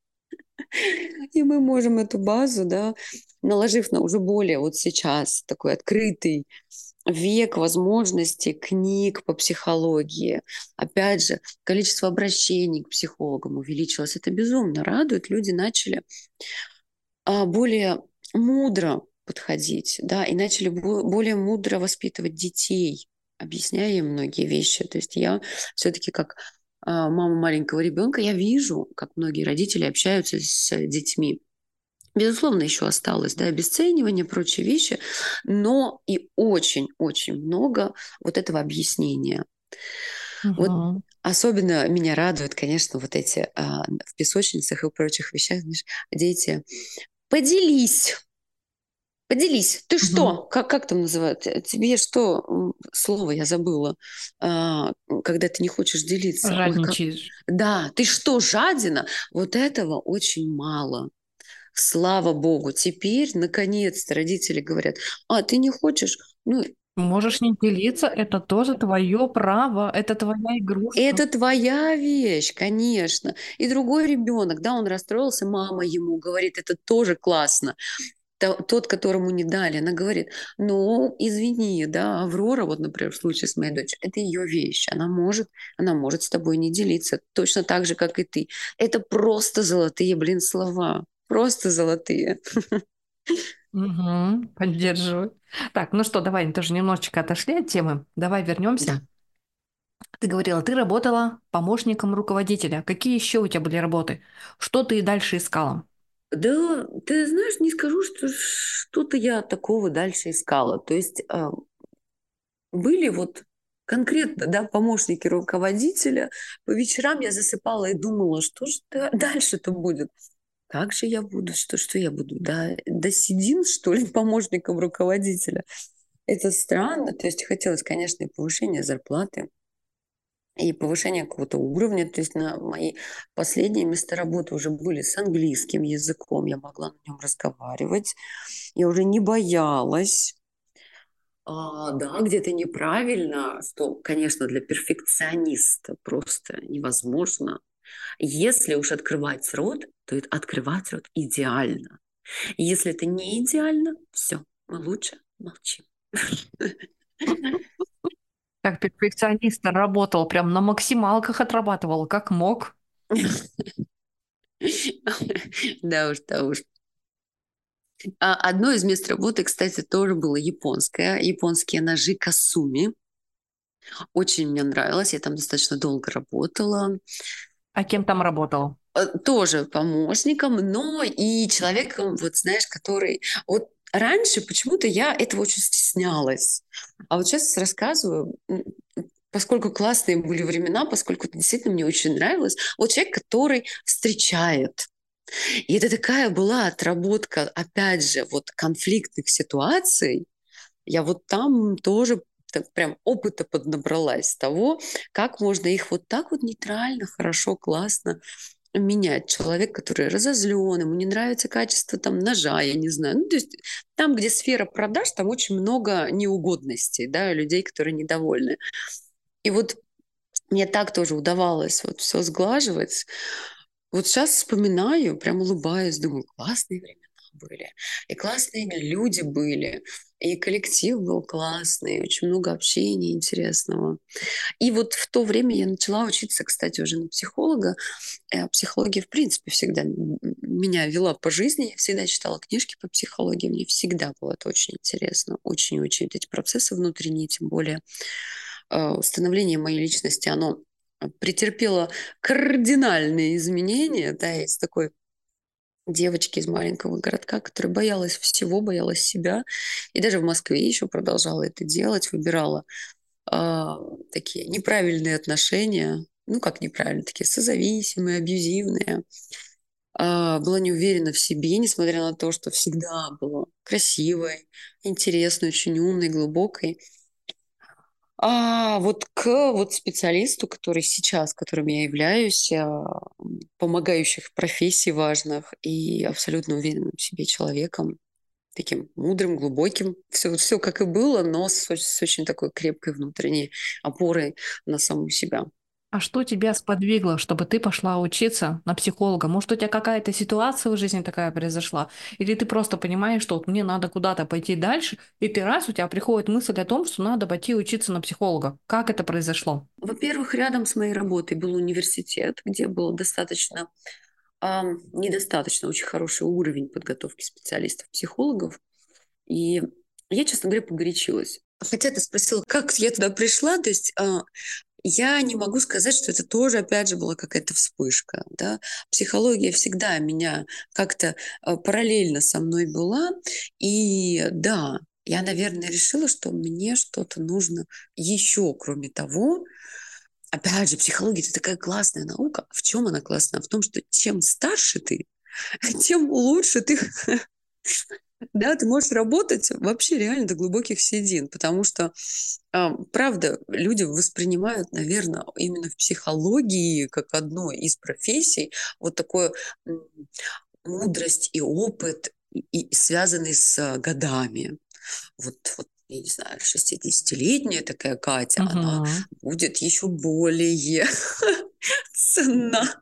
Speaker 1: И мы можем эту базу, да, наложив на уже более вот сейчас такой открытый век возможностей книг по психологии. Опять же, количество обращений к психологам увеличилось. Это безумно радует. Люди начали более мудро подходить, да, и начали более мудро воспитывать детей, объясняя им многие вещи. То есть я все-таки как мама маленького ребенка, я вижу, как многие родители общаются с детьми. Безусловно, еще осталось, да, обесценивание, прочие вещи, но и очень-очень много вот этого объяснения. Вот
Speaker 2: Мгм.
Speaker 1: особенно меня радует, конечно, вот эти в песочницах и прочих вещах, знаешь, дети. Поделись. Поделись. Ты
Speaker 2: Мгм.
Speaker 1: что? Как там называют? Тебе что? Слово я забыла. Когда ты не хочешь делиться. Ой, как...
Speaker 2: Жадничаешь.
Speaker 1: Да, ты что, жадина? Вот этого очень мало. Слава богу. Теперь, наконец-то, родители говорят: ты не хочешь? Ну,
Speaker 2: Можешь не делиться, это тоже твое право, это твоя игрушка.
Speaker 1: это твоя вещь, конечно. И другой ребенок, да, он расстроился, мама ему говорит: это тоже классно. Тот, которому не дали, она говорит: ну, извини, да, Аврора, вот, например, в случае с моей дочерью, это ее вещь, она может с тобой не делиться, точно так же, как и ты. Это просто золотые, блин, слова, просто золотые.
Speaker 2: Мгм. Поддерживаю. Так, ну что, давай тоже немножечко отошли от темы. Давай
Speaker 1: Да.
Speaker 2: вернемся. Ты говорила, ты работала помощником руководителя. Какие еще у тебя были работы? Что ты и дальше искала?
Speaker 1: Да, ты знаешь, не скажу, что что-то я такого дальше искала. То есть были вот конкретно, да, помощники руководителя. По вечерам я засыпала и думала, что же дальше-то будет. Как же я буду? Что я буду? Да сидин, что ли, помощником руководителя? Это странно. То есть хотелось, конечно, и повышения зарплаты, и повышения какого-то уровня. То есть мои последние места работы уже были с английским языком. Я могла на нем разговаривать. Я уже не боялась. Да, где-то неправильно, что, конечно, для перфекциониста просто невозможно. Если уж открывать рот, то это открывать рот идеально. И если это не идеально, все, мы лучше молчим.
Speaker 2: Как перфекционист работал, прям на максималках отрабатывал, как мог.
Speaker 1: Да уж, да уж. Одно из мест работы, кстати, тоже было японское. Японские ножи Касуми. Очень мне нравилось. Я там достаточно долго работала.
Speaker 2: А кем там работал?
Speaker 1: Тоже помощником, но и человеком, вот знаешь, который... Вот раньше почему-то я этого очень стеснялась. А вот сейчас рассказываю, поскольку классные были времена, поскольку это действительно мне очень нравилось. Вот человек, который встречает. И это такая была отработка, опять же, вот конфликтных ситуаций. Я вот там тоже так прям опыта поднабралась того, как можно их вот так вот нейтрально, хорошо, классно менять. Человек, который разозлен, ему не нравится качество там ножа, я не знаю. Ну, то есть там, где сфера продаж, там очень много неугодностей, да, людей, которые недовольны. И вот мне так тоже удавалось вот все сглаживать. Вот сейчас вспоминаю, прям улыбаюсь, думаю, классные времена были. И классные люди были. И коллектив был классный, очень много общения интересного. И вот в то время я начала учиться, кстати, уже на психолога. Психология, в принципе, всегда меня вела по жизни. Я всегда читала книжки по психологии. Мне всегда было это очень интересно. Очень-очень эти процессы внутренние, тем более становление моей личности, оно претерпело кардинальные изменения, да, из такой девочки из маленького городка, которая боялась всего, боялась себя, и даже в Москве еще продолжала это делать, выбирала такие неправильные отношения, ну как неправильные, такие созависимые, абьюзивные, была не уверена в себе, несмотря на то, что всегда была красивой, интересной, очень умной, глубокой. Вот к вот специалисту, который сейчас, которым я являюсь, помогающих профессий важных и абсолютно уверенным в себе человеком, таким мудрым, глубоким. Все как и было, но с очень такой крепкой внутренней опорой на саму себя.
Speaker 2: А что тебя сподвигло, чтобы ты пошла учиться на психолога? Может, у тебя какая-то ситуация в жизни такая произошла? Или ты просто понимаешь, что вот мне надо куда-то пойти дальше, и ты раз, у тебя приходит мысль о том, что надо пойти учиться на психолога. Как это произошло?
Speaker 1: Во-первых, рядом с моей работой был университет, где был достаточно, недостаточно очень хороший уровень подготовки специалистов-психологов. И я, честно говоря, погорячилась. Хотя ты спросила, как я туда пришла, то есть я не могу сказать, что это тоже, опять же, была какая-то вспышка. Да? Психология всегда меня как-то параллельно со мной была. И да, я, наверное, решила, что мне что-то нужно еще, кроме того. Опять же, психология– это такая классная наука. В чем она классная? В том, что чем старше ты, тем лучше ты да, ты можешь работать вообще реально до глубоких седин, потому что, правда, люди воспринимают, наверное, именно в психологии как одной из профессий вот такую мудрость и опыт, и связанный с годами. Вот, я не знаю, 60-летняя такая Катя, она
Speaker 2: Угу.
Speaker 1: будет еще более ценна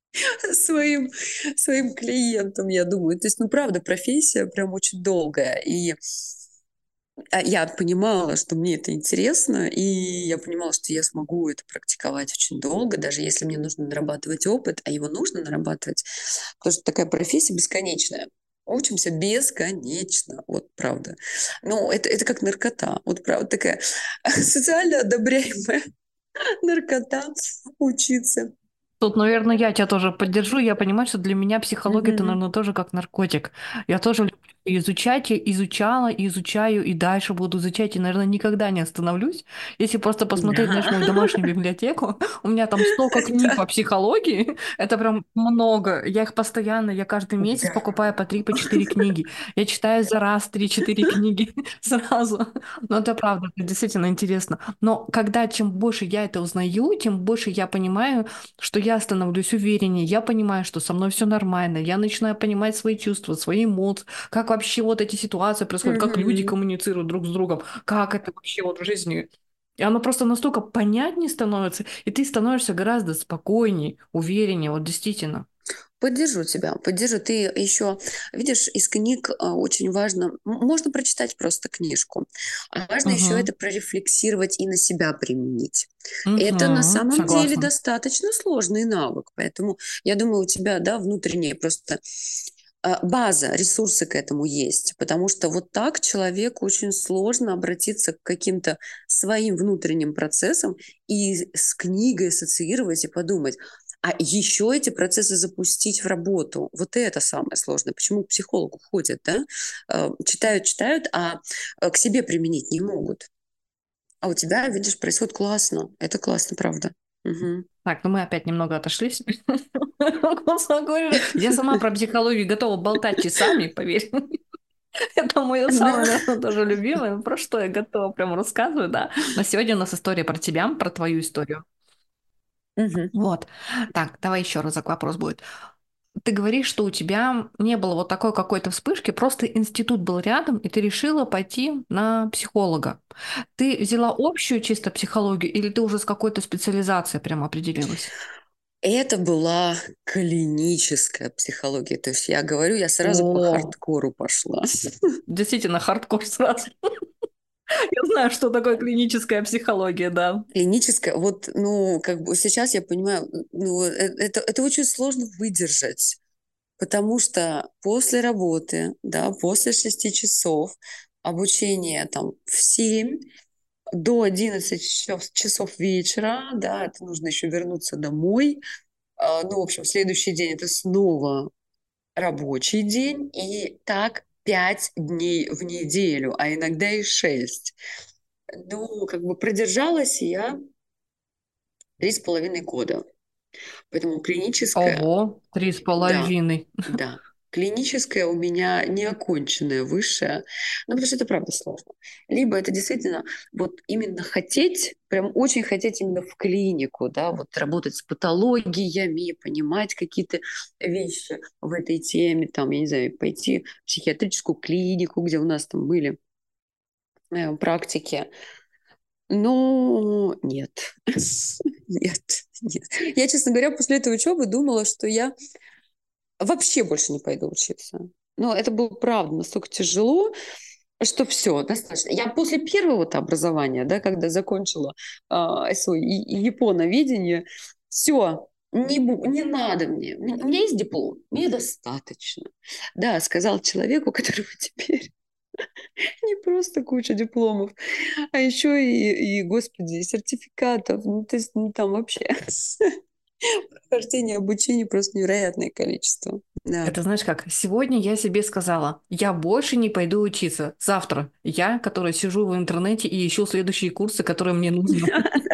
Speaker 1: своим клиентам, я думаю. То есть, ну, правда, профессия прям очень долгая. И я понимала, что мне это интересно, и я понимала, что я смогу это практиковать очень долго, даже если мне нужно нарабатывать опыт, а его нужно нарабатывать, потому что такая профессия бесконечная. Учимся бесконечно, вот правда. Ну, это как наркота, вот правда, такая социально одобряемая наркота учиться.
Speaker 2: Тут, наверное, я тебя тоже поддержу. Я понимаю, что для меня психология это,
Speaker 1: Мгм.
Speaker 2: наверное, тоже как наркотик. Я тоже люблю изучать, и изучала, и изучаю, и дальше буду изучать, и, наверное, никогда не остановлюсь. Если просто посмотреть, знаешь, мою
Speaker 1: Да,
Speaker 2: домашнюю библиотеку, у меня там столько книг
Speaker 1: да,
Speaker 2: по психологии, это прям много. Я их постоянно, я каждый месяц
Speaker 1: да.
Speaker 2: покупаю по 3, по 4 книги. Я читаю за раз 3-4 книги сразу. Но это правда, это действительно интересно. Но когда чем больше я это узнаю, тем больше я понимаю, что я становлюсь увереннее, я понимаю, что со мной все нормально, я начинаю понимать свои чувства, свои эмоции, как вообще вот эти ситуации происходят, как люди
Speaker 1: Мгм.
Speaker 2: коммуницируют друг с другом, как это вообще вот в жизни. И оно просто настолько понятнее становится, и ты становишься гораздо спокойней, увереннее, вот действительно.
Speaker 1: Поддержу тебя, поддержу. Ты еще, видишь, из книг очень важно, можно прочитать просто книжку, а важно еще
Speaker 2: Угу.
Speaker 1: это прорефлексировать и на себя применить. Это на
Speaker 2: Угу.
Speaker 1: самом деле
Speaker 2: Согласна.
Speaker 1: достаточно сложный навык, поэтому я думаю, у тебя, да, внутренняя просто база, ресурсы к этому есть, потому что вот так человеку очень сложно обратиться к каким-то своим внутренним процессам и с книгой ассоциировать и подумать, а еще эти процессы запустить в работу. Вот это самое сложное. Почему к психологу ходят, да? Читают, а к себе применить не могут. А у тебя, видишь, происходит классно. Это классно, правда. Мгм.
Speaker 2: Так, ну мы опять немного отошлись. Я сама про психологию готова болтать часами, поверь. Это мое
Speaker 1: Да.
Speaker 2: самое, наверное, тоже любимое, про что я готова прям рассказывать, да. Но сегодня у нас история про тебя, про твою историю.
Speaker 1: Мгм.
Speaker 2: Вот. Так, давай еще разок вопрос будет. Ты говоришь, что у тебя не было вот такой какой-то вспышки, просто институт был рядом, и ты решила пойти на психолога. Ты взяла общую чисто психологию, или ты уже с какой-то специализацией прям определилась?
Speaker 1: Это была клиническая психология. То есть я говорю, я сразу по
Speaker 2: О,
Speaker 1: хардкору пошла.
Speaker 2: действительно, хардкор сразу. Я знаю, что такое клиническая психология, да.
Speaker 1: Клиническая, вот, ну, как бы сейчас я понимаю, ну, это очень сложно выдержать, потому что после работы, да, после 6 часов обучения там в 7 до 11 часов вечера, да, это нужно еще вернуться домой. Ну, в общем, следующий день это снова рабочий день, и так 5 дней в неделю, а иногда и 6. Ну, как бы продержалась я 3,5 года. Поэтому клиническая,
Speaker 2: Ого, три с
Speaker 1: да,
Speaker 2: половиной.
Speaker 1: да. Клиническая у меня неоконченная высшая, ну, потому что это правда сложно. Либо это действительно вот именно хотеть, прям очень хотеть именно в клинику, да, вот работать с патологиями, понимать какие-то вещи в этой теме, там, я не знаю, пойти в психиатрическую клинику, где у нас там были практики. Но нет, нет, нет. Я, честно говоря, после этой учебы думала, что я вообще больше не пойду учиться. Но это было, правда, настолько тяжело, что все, достаточно. Я после первого-то образования, да, когда закончила свой японоведение, все, не надо мне. У меня есть диплом, мне достаточно. Да, сказал человеку, у которого теперь не просто куча дипломов, а еще господи, и сертификатов. Ну, то есть, ну, там вообще прохождение обучения просто невероятное количество. Да.
Speaker 2: Это знаешь как? Сегодня я себе сказала, я больше не пойду учиться. Завтра я, которая сижу в интернете и ищу следующие курсы, которые мне нужны.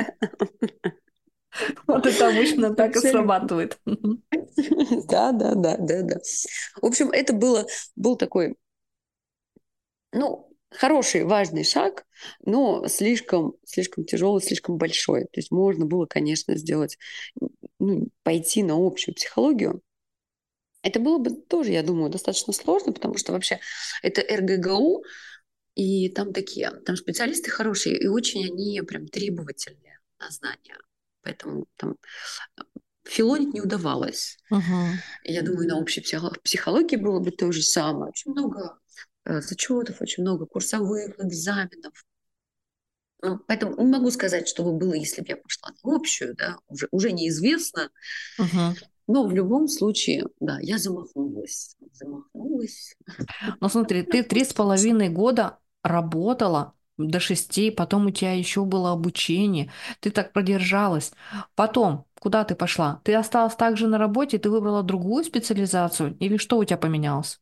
Speaker 2: Вот это обычно так и
Speaker 1: Абсолютно.
Speaker 2: срабатывает.
Speaker 1: Да, да, да, да, да. В общем, это был такой, ну, хороший, важный шаг, но слишком тяжелый, слишком большой. То есть можно было, конечно, сделать, ну, пойти на общую психологию. Это было бы тоже, я думаю, достаточно сложно, потому что вообще это РГГУ, и там специалисты хорошие, и очень они прям требовательные на знания. Поэтому там филонить не удавалось.
Speaker 2: Мгм.
Speaker 1: Я думаю, на общей психологии было бы то же самое. Очень много зачетов, очень много курсовых экзаменов. Ну, поэтому не могу сказать, что бы было, если бы я пошла на общую, да, уже неизвестно.
Speaker 2: Мгм.
Speaker 1: Но в любом случае, да, я замахнулась. Замахнулась.
Speaker 2: Ну смотри, ты 3,5 года работала до 6, потом у тебя еще было обучение, ты так продержалась. Потом, куда ты пошла? Ты осталась также на работе, ты выбрала другую специализацию или что у тебя поменялось?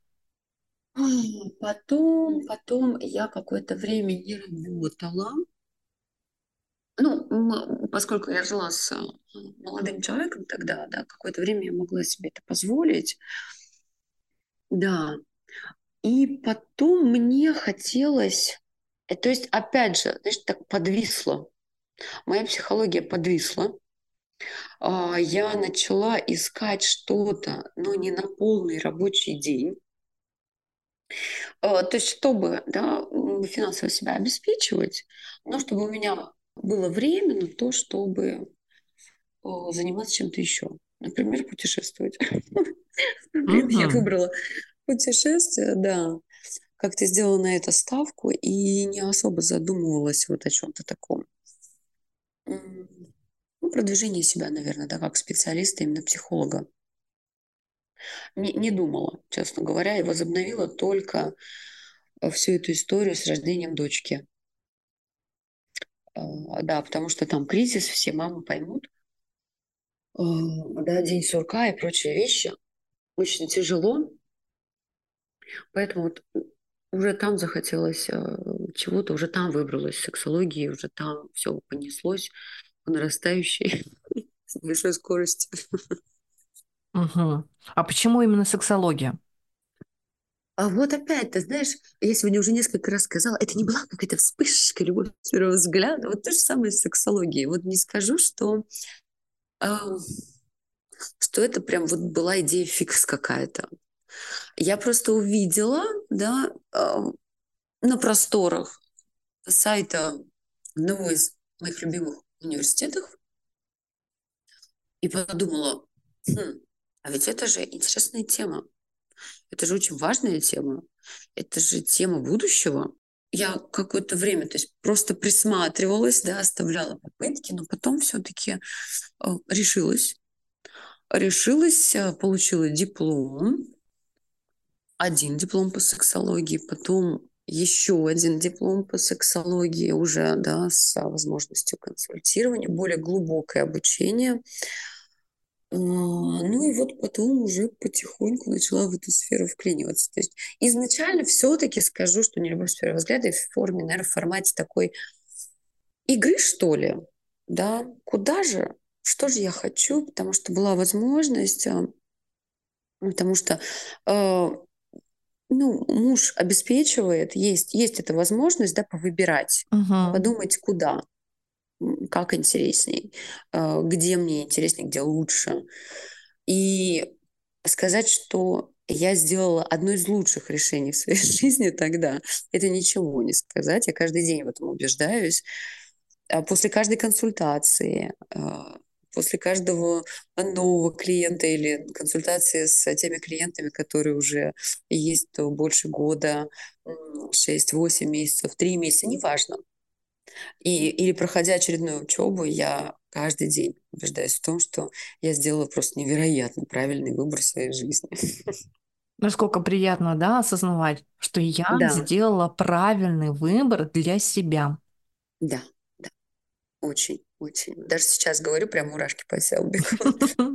Speaker 1: Потом я какое-то время не работала. Ну, поскольку я жила с молодым человеком тогда, да, какое-то время я могла себе это позволить. Да. И потом мне хотелось, то есть, опять же, знаешь, так подвисло. Моя психология подвисла. Я начала искать что-то, но не на полный рабочий день. То есть, чтобы, да, финансово себя обеспечивать, но чтобы у меня было время на то, чтобы заниматься чем-то еще. Например, путешествовать. Блин, я
Speaker 2: Мгм.
Speaker 1: выбрала путешествие, да. Как-то сделала на это ставку и не особо задумывалась вот о чем-то таком. М, Ну, продвижение себя, наверное, да, как специалиста, именно психолога. Не думала, честно говоря, и возобновила только всю эту историю с рождением дочки. Да, потому что там кризис, все мамы поймут. Да, день сурка и прочие вещи. Очень тяжело, поэтому вот уже там захотелось чего-то, уже там выбралась сексологии, уже там все понеслось по нарастающей с большой скоростью.
Speaker 2: Мгм. А почему именно сексология?
Speaker 1: А вот опять, ты знаешь, я сегодня уже несколько раз сказала, это не была какая-то вспышка, любовь с первого взгляда. Вот то же самое с сексологией. Вот не скажу, а, что это прям вот была идея фикс какая-то. Я просто увидела, да, на просторах сайта одного из моих любимых университетов и подумала, «Хм, а ведь это же интересная тема, это же очень важная тема, это же тема будущего». Я какое-то время, то есть просто присматривалась, да, оставляла попытки, но потом все-таки решилась. Решилась, получила диплом, один диплом по сексологии, потом еще один диплом по сексологии уже, да, с возможностью консультирования, более глубокое обучение. Ну и вот потом уже потихоньку начала в эту сферу вклиниваться. То есть изначально все-таки скажу, что не любовь с первого взгляда и в форме, наверное, в формате такой игры, что ли, да, куда же, что же я хочу, потому что была возможность, потому что ну, муж обеспечивает, есть эта возможность, да, повыбирать,
Speaker 2: Мгм.
Speaker 1: подумать, куда, как интересней, где мне интересней, где лучше. И сказать, что я сделала одно из лучших решений в своей жизни тогда, это ничего не сказать. Я каждый день в этом убеждаюсь. После каждой консультации, после каждого нового клиента или консультации с теми клиентами, которые уже есть то больше года, 6-8 месяцев, 3 месяца, неважно. Или проходя очередную учебу, я каждый день убеждаюсь в том, что я сделала просто невероятно правильный выбор в своей жизни.
Speaker 2: Насколько приятно, да, осознавать, что я
Speaker 1: Да,
Speaker 2: сделала правильный выбор для себя.
Speaker 1: да, да, очень, очень. Даже сейчас говорю, прям мурашки по телу бегут.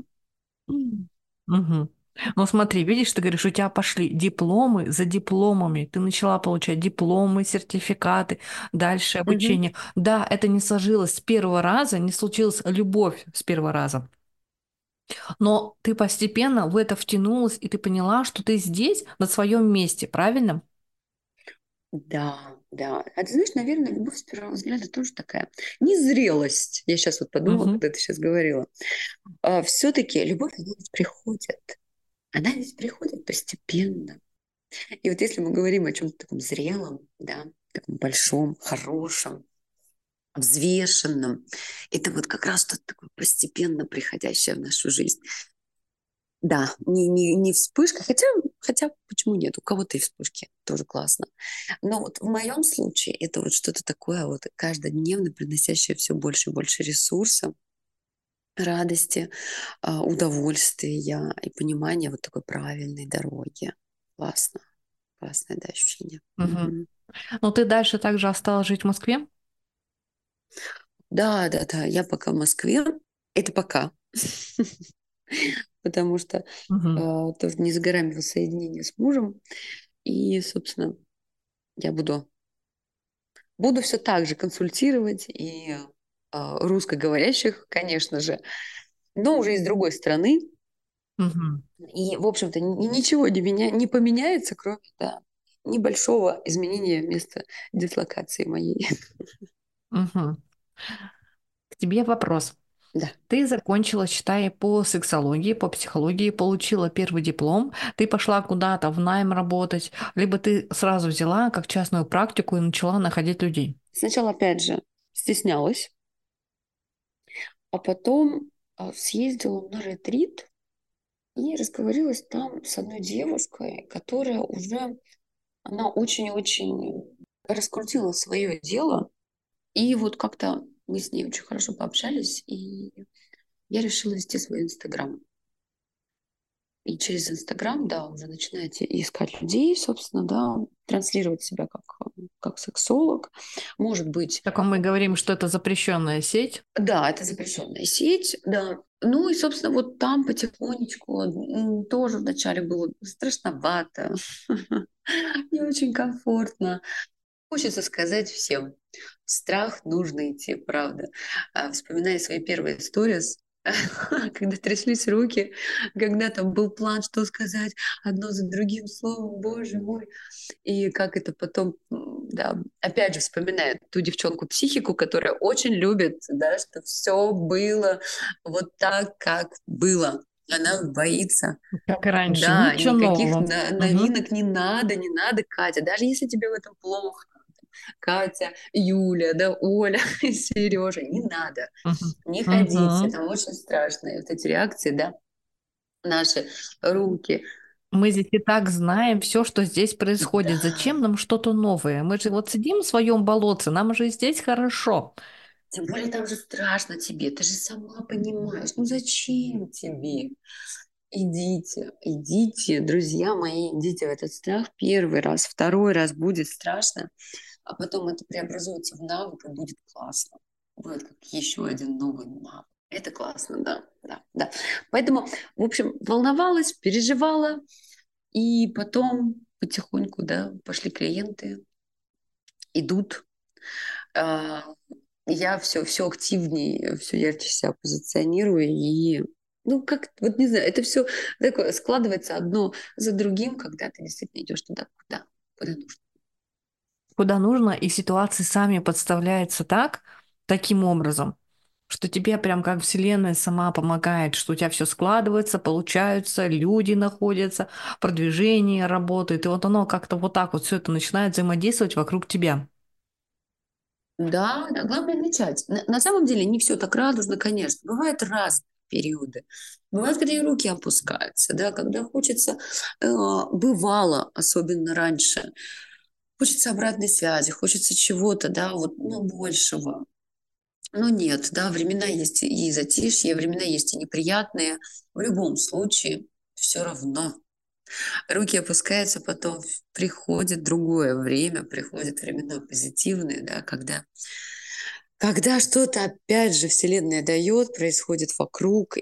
Speaker 2: Мгм. Ну смотри, видишь, ты говоришь, у тебя пошли дипломы за дипломами, ты начала получать дипломы, сертификаты, дальше
Speaker 1: Мгм.
Speaker 2: обучение. Да, это не сложилось с первого раза, не случилась любовь с первого раза, но ты постепенно в это втянулась, и ты поняла, что ты здесь, на своем месте, правильно?
Speaker 1: Да, да. А ты знаешь, наверное, любовь с первого взгляда тоже такая незрелость. Я сейчас вот подумала,
Speaker 2: Мгм.
Speaker 1: когда ты сейчас говорила. Все-таки любовь, она ведь приходит. Она ведь приходит постепенно. И вот если мы говорим о чем-то таком зрелом, да, таком большом, хорошем, взвешенном, это вот как раз что-то такое постепенно приходящее в нашу жизнь. Да, не вспышка, хотя почему нет? У кого-то и вспышки тоже классно. Но вот в моем случае это вот что-то такое вот каждодневно приносящее все больше и больше ресурсов, радости, удовольствия и понимания вот такой правильной дороги. Классно, классное, да, ощущение.
Speaker 2: Мгм.
Speaker 1: Мгм.
Speaker 2: Но ты дальше также осталась жить в Москве?
Speaker 1: Да, да, да, я пока в Москве. Это пока. Потому что
Speaker 2: Мгм.
Speaker 1: тоже не за горами воссоединение с мужем. И, собственно, я буду все так же консультировать и русскоговорящих, конечно же, но уже из другой страны.
Speaker 2: Мгм.
Speaker 1: И, в общем-то, ничего не поменяется, кроме да, небольшого изменения места дислокации моей.
Speaker 2: Мгм. К тебе вопрос.
Speaker 1: Да.
Speaker 2: Ты закончила, считай, по сексологии, по психологии, получила первый диплом, ты пошла куда-то в найм работать, либо ты сразу взяла как частную практику и начала находить людей.
Speaker 1: Сначала, опять же, стеснялась, а потом, съездила на ретрит и разговорилась там с одной девушкой, которая уже, она очень-очень раскрутила свое дело. И вот как-то мы с ней очень хорошо пообщались, и я решила вести свой Инстаграм. И через Инстаграм, да, уже начинаете искать людей, собственно, да, транслировать себя как сексолог. Может быть,
Speaker 2: Так мы говорим, что это запрещенная сеть.
Speaker 1: да, это запрещенная сеть, да. Ну и, собственно, вот там потихонечку тоже вначале было страшновато, не очень комфортно. Хочется сказать всем, в страх нужно идти, правда. Вспоминая свои первые сторис, когда тряслись руки, когда там был план, что сказать одно за другим словом, боже мой. И как это потом, да, опять же вспоминает ту девчонку-психику, которая очень любит, да, что все было вот так, как было. Она боится.
Speaker 2: Как и раньше,
Speaker 1: Да,
Speaker 2: ничего
Speaker 1: никаких
Speaker 2: нового. Мгм.
Speaker 1: новинок не надо, Катя. Даже если тебе в этом плохо, Катя, Юля, да, Оля, Сережа, не надо,
Speaker 2: Мгм.
Speaker 1: не ходите,
Speaker 2: Мгм.
Speaker 1: там очень страшные вот эти реакции, да, наши руки,
Speaker 2: Мы здесь и так знаем все, что здесь происходит.
Speaker 1: да.
Speaker 2: Зачем нам что-то новое? Мы же вот сидим в своем болотце, нам же здесь хорошо.
Speaker 1: Тем более там же страшно тебе, ты же сама понимаешь, ну зачем тебе? Идите, идите, друзья мои, идите в этот страх первый раз, второй раз будет страшно, а потом это преобразуется в навык и будет классно. Будет как еще один новый навык. Это классно, да, да, да. Поэтому, в общем, волновалась, переживала, и потом потихоньку, да, пошли клиенты, идут. А, Я все активнее, все ярче себя позиционирую, и ну, как, вот не знаю, это все такое складывается одно за другим, когда ты действительно идешь туда, куда нужно.
Speaker 2: Куда нужно, и ситуации сами подставляются так, таким образом, что тебе прям как Вселенная сама помогает, что у тебя все складывается, получаются, люди находятся, продвижение работает, и вот оно как-то вот так вот все это начинает взаимодействовать вокруг тебя.
Speaker 1: Да, да, главное начать. На самом деле не все так радужно, конечно. Бывают разные периоды. Бывает, когда и руки опускаются, да, когда хочется, бывало, особенно раньше, хочется обратной связи, хочется чего-то, да, вот, ну, большего. Но нет, да, времена есть и затишье, времена есть и неприятные. В любом случае, все равно. Руки опускаются, потом приходит другое время, приходят времена позитивные, да, когда что-то, опять же, Вселенная дает, происходит вокруг,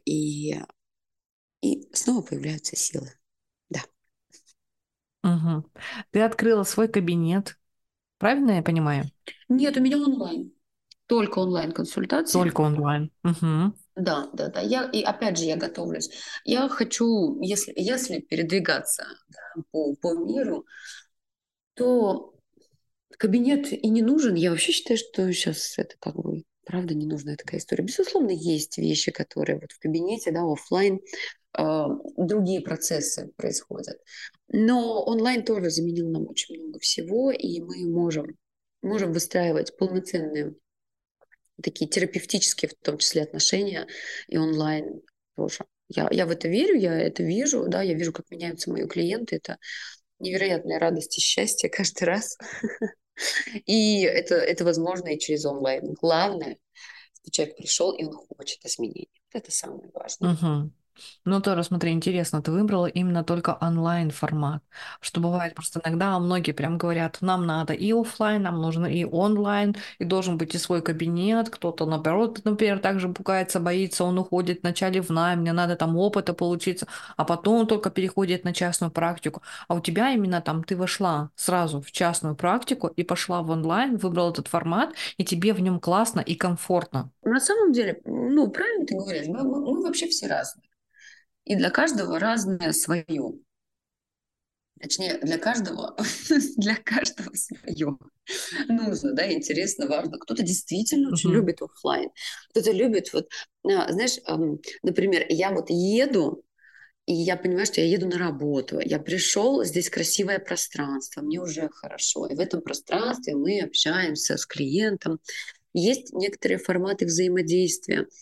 Speaker 1: и снова появляются силы. Да.
Speaker 2: Мгм. Ты открыла свой кабинет, правильно я понимаю?
Speaker 1: Нет, у меня онлайн. Только онлайн-консультации.
Speaker 2: Только онлайн. Мгм.
Speaker 1: Да, да, да. И опять же, я готовлюсь. Я хочу, если передвигаться, да, по миру, то кабинет и не нужен. Я вообще считаю, что сейчас это как бы правда не нужная такая история. Безусловно, есть вещи, которые вот в кабинете, да, оффлайн, другие процессы происходят. Но онлайн тоже заменил нам очень много всего, и мы можем выстраивать полноценные такие терапевтические, в том числе, отношения и онлайн тоже. Я в это верю, я это вижу, да, я вижу, как меняются мои клиенты. Это невероятная радость и счастье каждый раз. И это возможно и через онлайн. Главное, что человек пришел, и он хочет изменений. Вот это самое важное.
Speaker 2: Мгм. Ну, тоже, смотри, интересно, ты выбрала именно только онлайн формат. Что бывает просто иногда многие прям говорят, нам надо и оффлайн, нам нужно и онлайн, и должен быть и свой кабинет. Кто-то, наоборот, например, также пугается, боится, он уходит вначале в найм, мне надо там опыта получиться, а потом только переходит на частную практику. А у тебя именно там ты вошла сразу в частную практику и пошла в онлайн, выбрала этот формат, и тебе в нем классно и комфортно.
Speaker 1: На самом деле, ну, правильно ты говоришь, мы вообще все разные. И для каждого разное свое. Точнее, для каждого свое. Нужно, да, интересно, важно. Кто-то действительно очень
Speaker 2: Мгм.
Speaker 1: любит оффлайн, кто-то любит вот, знаешь, например, я вот еду, и я понимаю, что я еду на работу. Я пришел, здесь красивое пространство, мне уже хорошо. И в этом пространстве мы общаемся с клиентом. Есть некоторые форматы взаимодействия.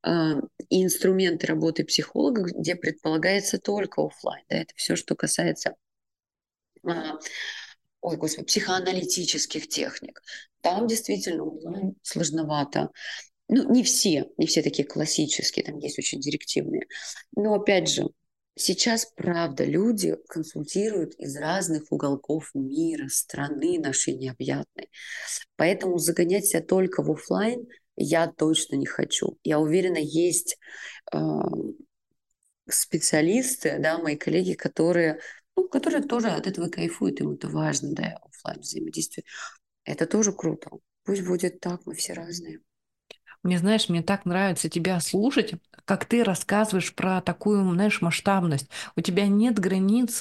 Speaker 1: и инструменты работы психолога, где предполагается только оффлайн. Да, это все, что касается а, ой, господи, психоаналитических техник. Там действительно онлайн сложновато. Ну, не все такие классические, там есть очень директивные. Но опять же, сейчас, правда, люди консультируют из разных уголков мира, страны нашей необъятной. Поэтому загонять себя только в оффлайн я точно не хочу. Я уверена, есть э, специалисты, да, мои коллеги, которые тоже от этого кайфуют, им это важно, да, оффлайн взаимодействие. Это тоже круто. Пусть будет так, мы все разные.
Speaker 2: Мне, знаешь, мне так нравится тебя слушать, как ты рассказываешь про такую, знаешь, масштабность. У тебя нет границ,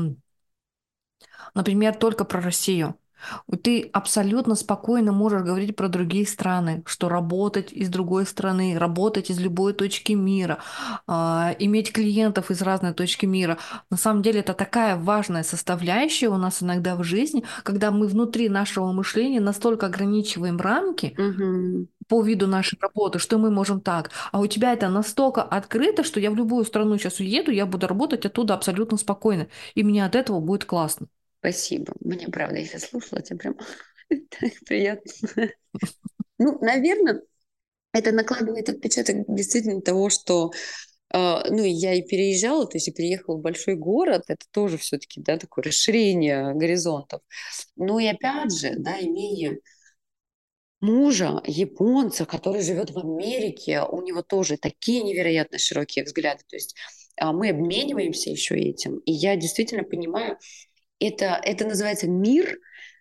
Speaker 2: например, только про Россию. Ты абсолютно спокойно можешь говорить про другие страны, что работать из другой страны, работать из любой точки мира, иметь клиентов из разной точки мира. На самом деле это такая важная составляющая у нас иногда в жизни, когда мы внутри нашего мышления настолько ограничиваем рамки
Speaker 1: Мгм.
Speaker 2: по виду нашей работы, что мы можем так. А у тебя это настолько открыто, что я в любую страну сейчас уеду, я буду работать оттуда абсолютно спокойно. И мне от этого будет классно.
Speaker 1: Спасибо. Мне, правда, я сейчас слушала, тебе прям так приятно. Ну, наверное, это накладывает отпечаток действительно того, что ну, я и переезжала, то есть и переехала в большой город, это тоже все-таки, да, такое расширение горизонтов. Ну и опять же, да, имея мужа, японца, который живет в Америке, у него тоже такие невероятно широкие взгляды, то есть мы обмениваемся еще этим, и я действительно понимаю, это называется мир,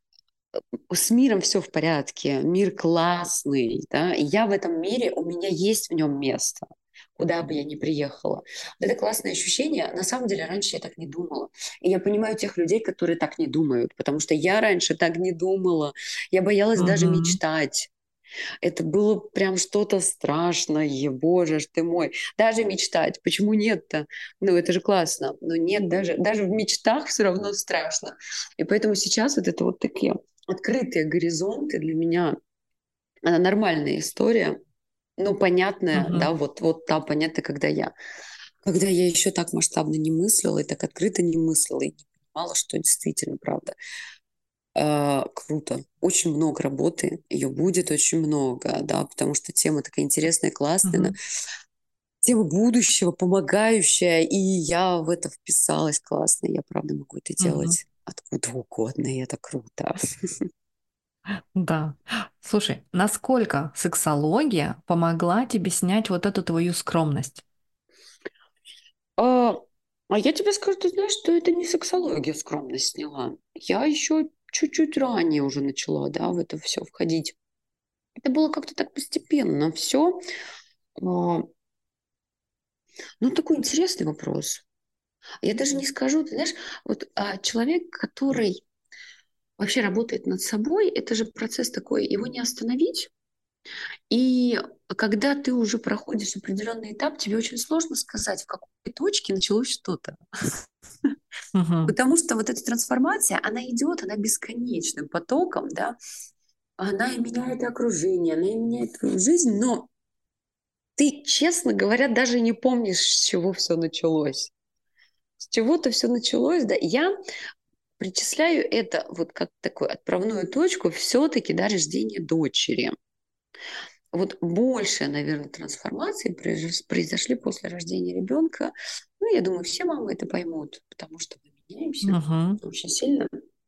Speaker 1: с миром все в порядке, мир классный, да, и я в этом мире, у меня есть в нем место, куда бы я ни приехала. Вот это классное ощущение. На самом деле, раньше я так не думала. И я понимаю тех людей, которые так не думают, потому что я раньше так не думала. Я боялась даже
Speaker 2: Мгм.
Speaker 1: мечтать. Это было прям что-то страшное, боже ж ты мой. Даже мечтать, почему нет-то? Ну, это же классно. Но нет, даже в мечтах все равно страшно. И поэтому сейчас вот это вот такие открытые горизонты для меня нормальная история. Ну, понятная,
Speaker 2: Мгм.
Speaker 1: да, вот та понятная, когда я еще так масштабно не мыслила и так открыто не мыслила, и не понимала, что действительно правда. Круто. Очень много работы, ее будет очень много, да, потому что тема такая интересная, классная,
Speaker 2: Мгм.
Speaker 1: тема будущего, помогающая, и я в это вписалась классно, я правда могу это
Speaker 2: Мгм.
Speaker 1: делать откуда угодно, и это круто.
Speaker 2: Да. Слушай, насколько сексология помогла тебе снять вот эту твою скромность?
Speaker 1: А, а я тебе скажу, ты знаешь, что это не сексология скромность сняла. Я еще чуть-чуть ранее уже начала, да, в это все входить. Это было как-то так постепенно все. Ну, такой интересный вопрос. Я даже не скажу, ты знаешь, вот человек, который вообще работает над собой, это же процесс такой, его не остановить. И когда ты уже проходишь определенный этап, тебе очень сложно сказать, в какой точке началось что-то.
Speaker 2: Мгм.
Speaker 1: Потому что вот эта трансформация, она идет, она бесконечным потоком, да, она и меняет и окружение, она и меняет твою жизнь, но ты, честно говоря, даже не помнишь, с чего все началось. С чего-то все началось, да. Я причисляю это вот как такую отправную точку все-таки, да, рождение дочери. Вот больше, наверное, трансформации произошли после рождения ребенка. Ну, я думаю, все мамы это поймут, потому что мы меняемся
Speaker 2: Мгм.
Speaker 1: очень сильно.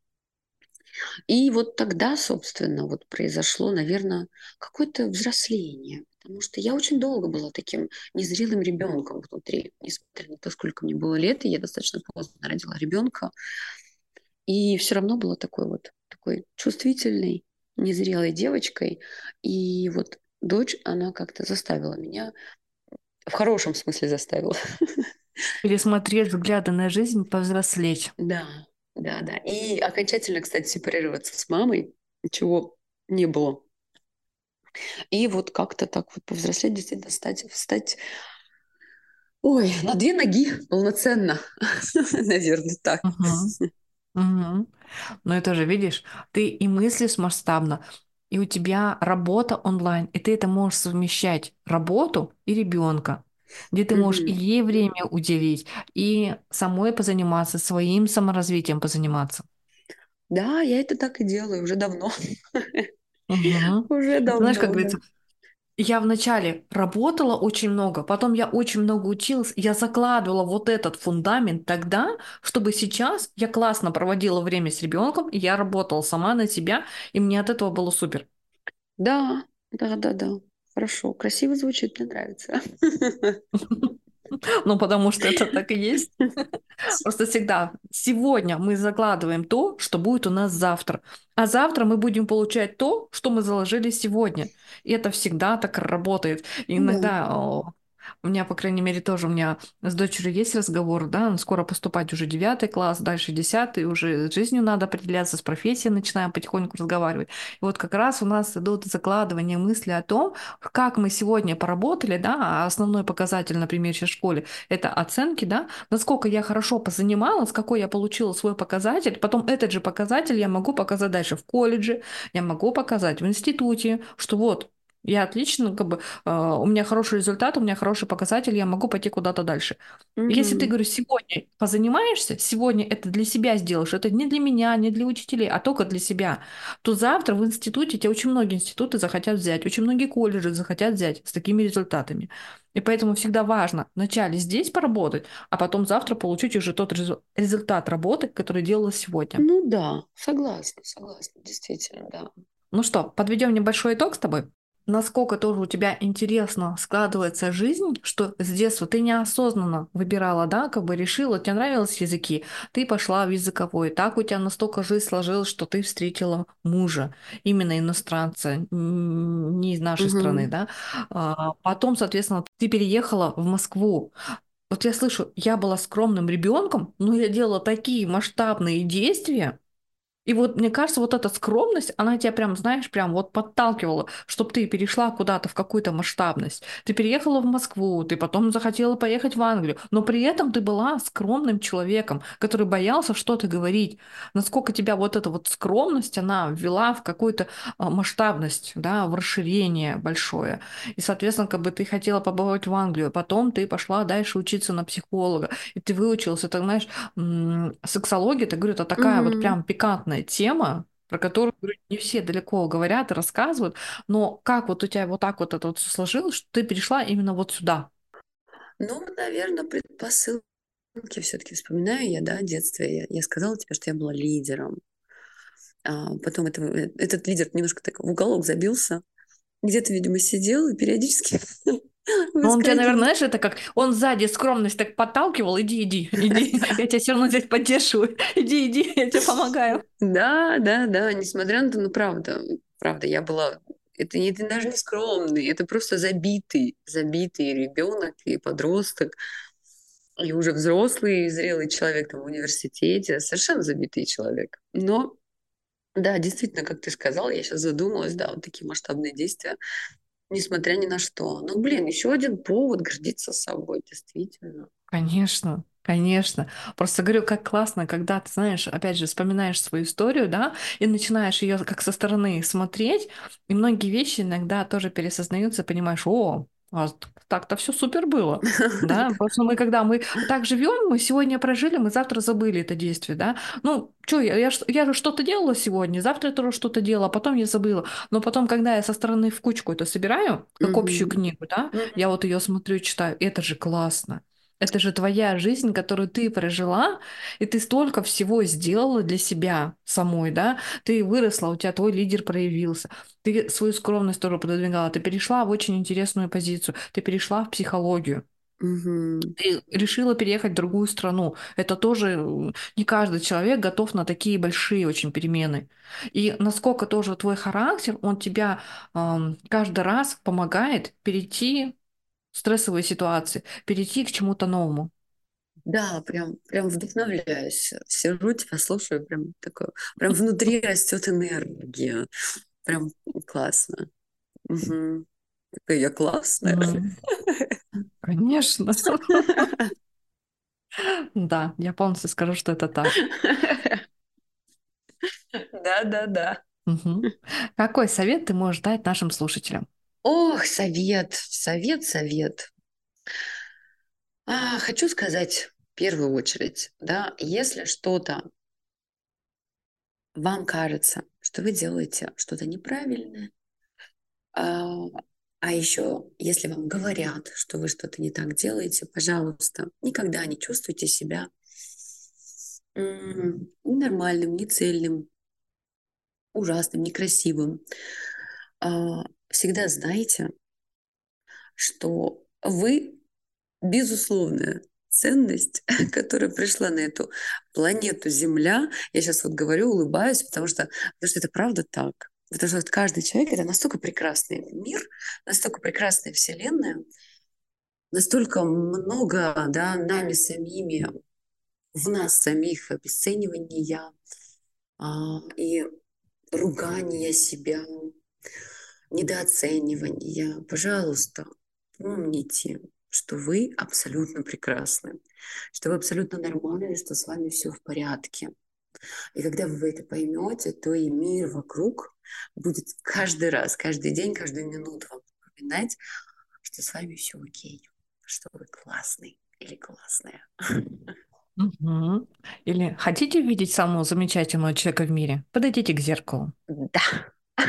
Speaker 1: И вот тогда, собственно, вот произошло, наверное, какое-то взросление. Потому что я очень долго была таким незрелым ребенком внутри, несмотря на то, сколько мне было лет, и я достаточно поздно родила ребенка. И все равно была такой чувствительной, незрелой девочкой. И вот дочь, она как-то заставила меня, в хорошем смысле заставила.
Speaker 2: Пересмотреть взгляды на жизнь, повзрослеть.
Speaker 1: Да, да, да. И окончательно, кстати, сепарироваться с мамой, чего не было. И вот как-то так вот повзрослеть, действительно встать, ой, на две ноги полноценно, наверное, так.
Speaker 2: Мгм. Мгм. Но это же, видишь, ты и мыслишь масштабно, и у тебя работа онлайн, и ты это можешь совмещать, работу и ребенка, где ты можешь и
Speaker 1: Мгм.
Speaker 2: ей время уделить, и самой позаниматься, своим саморазвитием позаниматься.
Speaker 1: Да, я это так и делаю уже давно.
Speaker 2: Мгм.
Speaker 1: Уже
Speaker 2: Это знаешь, как
Speaker 1: давно, да.
Speaker 2: говорится, я вначале работала очень много, потом я очень много училась, я закладывала вот этот фундамент тогда, чтобы сейчас я классно проводила время с ребенком, и я работала сама на себя, и мне от этого было супер.
Speaker 1: Да, да-да-да. Хорошо, красиво звучит, мне нравится.
Speaker 2: Ну, потому что это так и есть. Просто всегда сегодня мы закладываем то, что будет у нас завтра. А завтра мы будем получать то, что мы заложили сегодня. И это всегда так работает. И
Speaker 1: Да.
Speaker 2: иногда у меня, по крайней мере, тоже у меня с дочерью есть разговор, да, скоро поступать уже 9 класс, дальше 10, уже с жизнью надо определяться, с профессией начинаем потихоньку разговаривать. И вот как раз у нас идут закладывания мысли о том, как мы сегодня поработали, да, а основной показатель, например, сейчас в школе, это оценки, да, насколько я хорошо позанималась, какой я получила свой показатель, потом этот же показатель я могу показать дальше в колледже, я могу показать в институте, что вот я отлично, как бы, у меня хороший результат, у меня хороший показатель, я могу пойти куда-то дальше. Если ты,
Speaker 1: Мгм.
Speaker 2: говорю, сегодня позанимаешься, сегодня это для себя сделаешь, это не для меня, не для учителей, а только для себя, то завтра в институте тебя очень многие институты захотят взять, очень многие колледжи захотят взять с такими результатами. И поэтому всегда важно вначале здесь поработать, а потом завтра получить уже тот результат работы, который делала сегодня.
Speaker 1: Ну да, согласна, согласна, действительно, да.
Speaker 2: Ну что, подведем небольшой итог с тобой. Насколько тоже у тебя интересно складывается жизнь, что с детства ты неосознанно выбирала, да, как бы решила, тебе нравились языки, ты пошла в языковой, так у тебя настолько жизнь сложилась, что ты встретила мужа, именно иностранца, не из нашей страны,
Speaker 1: Мгм.
Speaker 2: да. Потом, соответственно, ты переехала в Москву. Вот я слышу, я была скромным ребенком, но я делала такие масштабные действия, и вот мне кажется, вот эта скромность, она тебя прям, знаешь, прям вот подталкивала, чтобы ты перешла куда-то в какую-то масштабность. Ты переехала в Москву, ты потом захотела поехать в Англию, но при этом ты была скромным человеком, который боялся что-то говорить. Насколько тебя вот эта вот скромность, она ввела в какую-то масштабность, да, в расширение большое. И, соответственно, как бы ты хотела побывать в Англию, потом ты пошла дальше учиться на психолога, и ты выучился, ты знаешь, сексология, это, говорю, это такая вот
Speaker 1: Мгм.
Speaker 2: прям пикантная тема, про которую, говорю, не все далеко говорят и рассказывают, но как вот у тебя вот так вот это вот всё сложилось, что ты перешла именно вот сюда?
Speaker 1: Ну, наверное, предпосылки все-таки вспоминаю я, да, детство. Я сказала тебе, что я была лидером. Потом этот лидер немножко так в уголок забился. Где-то, видимо, сидел и периодически
Speaker 2: Но он тебя, наверное,
Speaker 1: выскакивал.
Speaker 2: знаешь, это как он сзади скромность так подталкивал, иди, иди, иди, я тебя все равно здесь поддерживаю, иди, иди, я тебе помогаю.
Speaker 1: Да, да, да, несмотря на то, ну, правда, я была... Это даже не скромный, это просто забитый ребенок и подросток, и уже взрослый, зрелый человек там, в университете, совершенно забитый человек. Но, да, действительно, как ты сказала, я сейчас задумалась, да, вот такие масштабные действия, несмотря ни на что. Ну, блин, еще один повод гордиться собой, действительно.
Speaker 2: Конечно, конечно. Просто говорю, как классно, когда ты, знаешь, опять же, вспоминаешь свою историю, да, и начинаешь ее как со стороны смотреть, и многие вещи иногда тоже пересознаются, понимаешь, о, так-то все супер было. Да, просто мы, когда мы так живем, мы сегодня прожили, мы завтра забыли это действие, да. Ну, что, я же что-то делала сегодня, завтра я тоже что-то делала, а потом я забыла. Но потом, когда я со стороны в кучку это собираю, как общую
Speaker 1: Мгм.
Speaker 2: книгу, да,
Speaker 1: Мгм.
Speaker 2: я вот ее смотрю, читаю, это же классно. Это же твоя жизнь, которую ты прожила, и ты столько всего сделала для себя самой, да? Ты выросла, у тебя твой лидер проявился, ты свою скромность тоже продвигала, ты перешла в очень интересную позицию, ты перешла в психологию.
Speaker 1: Мгм.
Speaker 2: Ты решила переехать в другую страну. Это тоже не каждый человек готов на такие большие очень перемены. И насколько тоже твой характер, он тебя каждый раз помогает перейти в стрессовые ситуации, перейти к чему-то новому.
Speaker 1: Да, прям вдохновляюсь. Сижу, тебя слушаю, прям такое, прям внутри растет энергия. Прям классно. Мгм. Какая я классная.
Speaker 2: Мгм. Конечно. Да, я полностью скажу, что это так.
Speaker 1: Да, да, да.
Speaker 2: Мгм. Какой совет ты можешь дать нашим слушателям?
Speaker 1: Ох, совет. Хочу сказать в первую очередь, да, если что-то вам кажется, что вы делаете что-то неправильное, а, а еще, если вам говорят, что вы что-то не так делаете, пожалуйста, никогда не чувствуйте себя ненормальным, нецельным, ужасным, некрасивым. Всегда знайте, что вы безусловная ценность, которая пришла на эту планету Земля. Я сейчас вот говорю, улыбаюсь, потому что это правда так. Потому что вот каждый человек — это настолько прекрасный мир, настолько прекрасная Вселенная, настолько много, да, нами самими, в нас самих обесценивания и ругания себя, недооценивания. Пожалуйста, помните, что вы абсолютно прекрасны, что вы абсолютно нормальны, что с вами все в порядке. И когда вы это поймете, то и мир вокруг будет каждый раз, каждый день, каждую минуту вам напоминать, что с вами все окей, что вы классный или классная.
Speaker 2: Мгм. Или хотите видеть самого замечательного человека в мире? Подойдите к зеркалу.
Speaker 1: Да.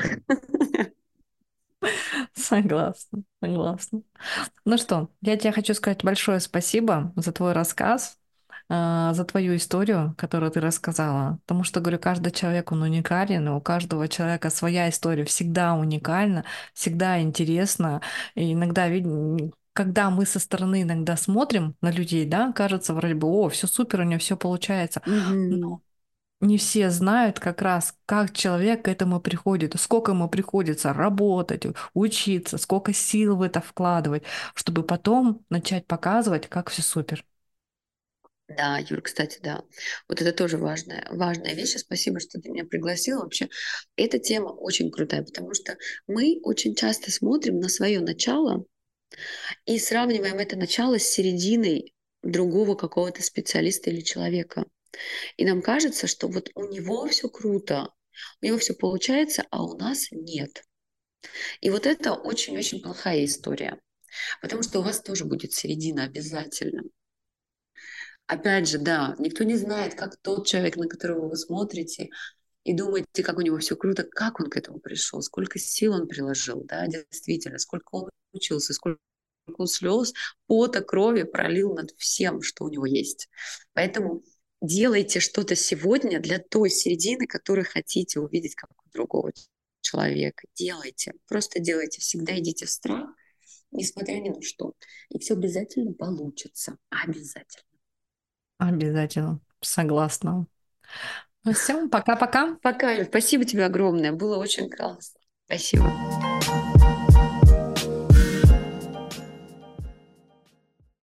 Speaker 2: Согласна, согласна. Ну что, я тебе хочу сказать большое спасибо за твой рассказ, за твою историю, которую ты рассказала. Потому что, говорю, каждый человек, он уникален, и у каждого человека своя история всегда уникальна, всегда интересна. И иногда, когда мы со стороны иногда смотрим на людей, да, кажется вроде бы, о, все супер, у него все получается.
Speaker 1: Мгм.
Speaker 2: Не все знают как раз, как человек к этому приходит, сколько ему приходится работать, учиться, сколько сил в это вкладывать, чтобы потом начать показывать, как все супер.
Speaker 1: Да, Юр, кстати, да. Вот это тоже важная вещь. И спасибо, что ты меня пригласила. Вообще, эта тема очень крутая, потому что мы очень часто смотрим на свое начало и сравниваем это начало с серединой другого какого-то специалиста или человека. И нам кажется, что вот у него все круто, у него все получается, а у нас нет. И вот это очень-очень плохая история, потому что у вас тоже будет середина обязательно. Опять же, да, никто не знает, как тот человек, на которого вы смотрите, и думаете, как у него все круто, как он к этому пришел, сколько сил он приложил, да, действительно, сколько он учился, сколько он слез, пота, крови пролил над всем, что у него есть. Поэтому делайте что-то сегодня для той середины, которую хотите увидеть как у другого человека. Делайте, просто делайте, всегда идите в страх, несмотря ни на что. И все обязательно получится, обязательно.
Speaker 2: Обязательно. Согласна. Ну все, пока-пока.
Speaker 1: Пока, Юль, спасибо тебе огромное, было очень классно. Спасибо.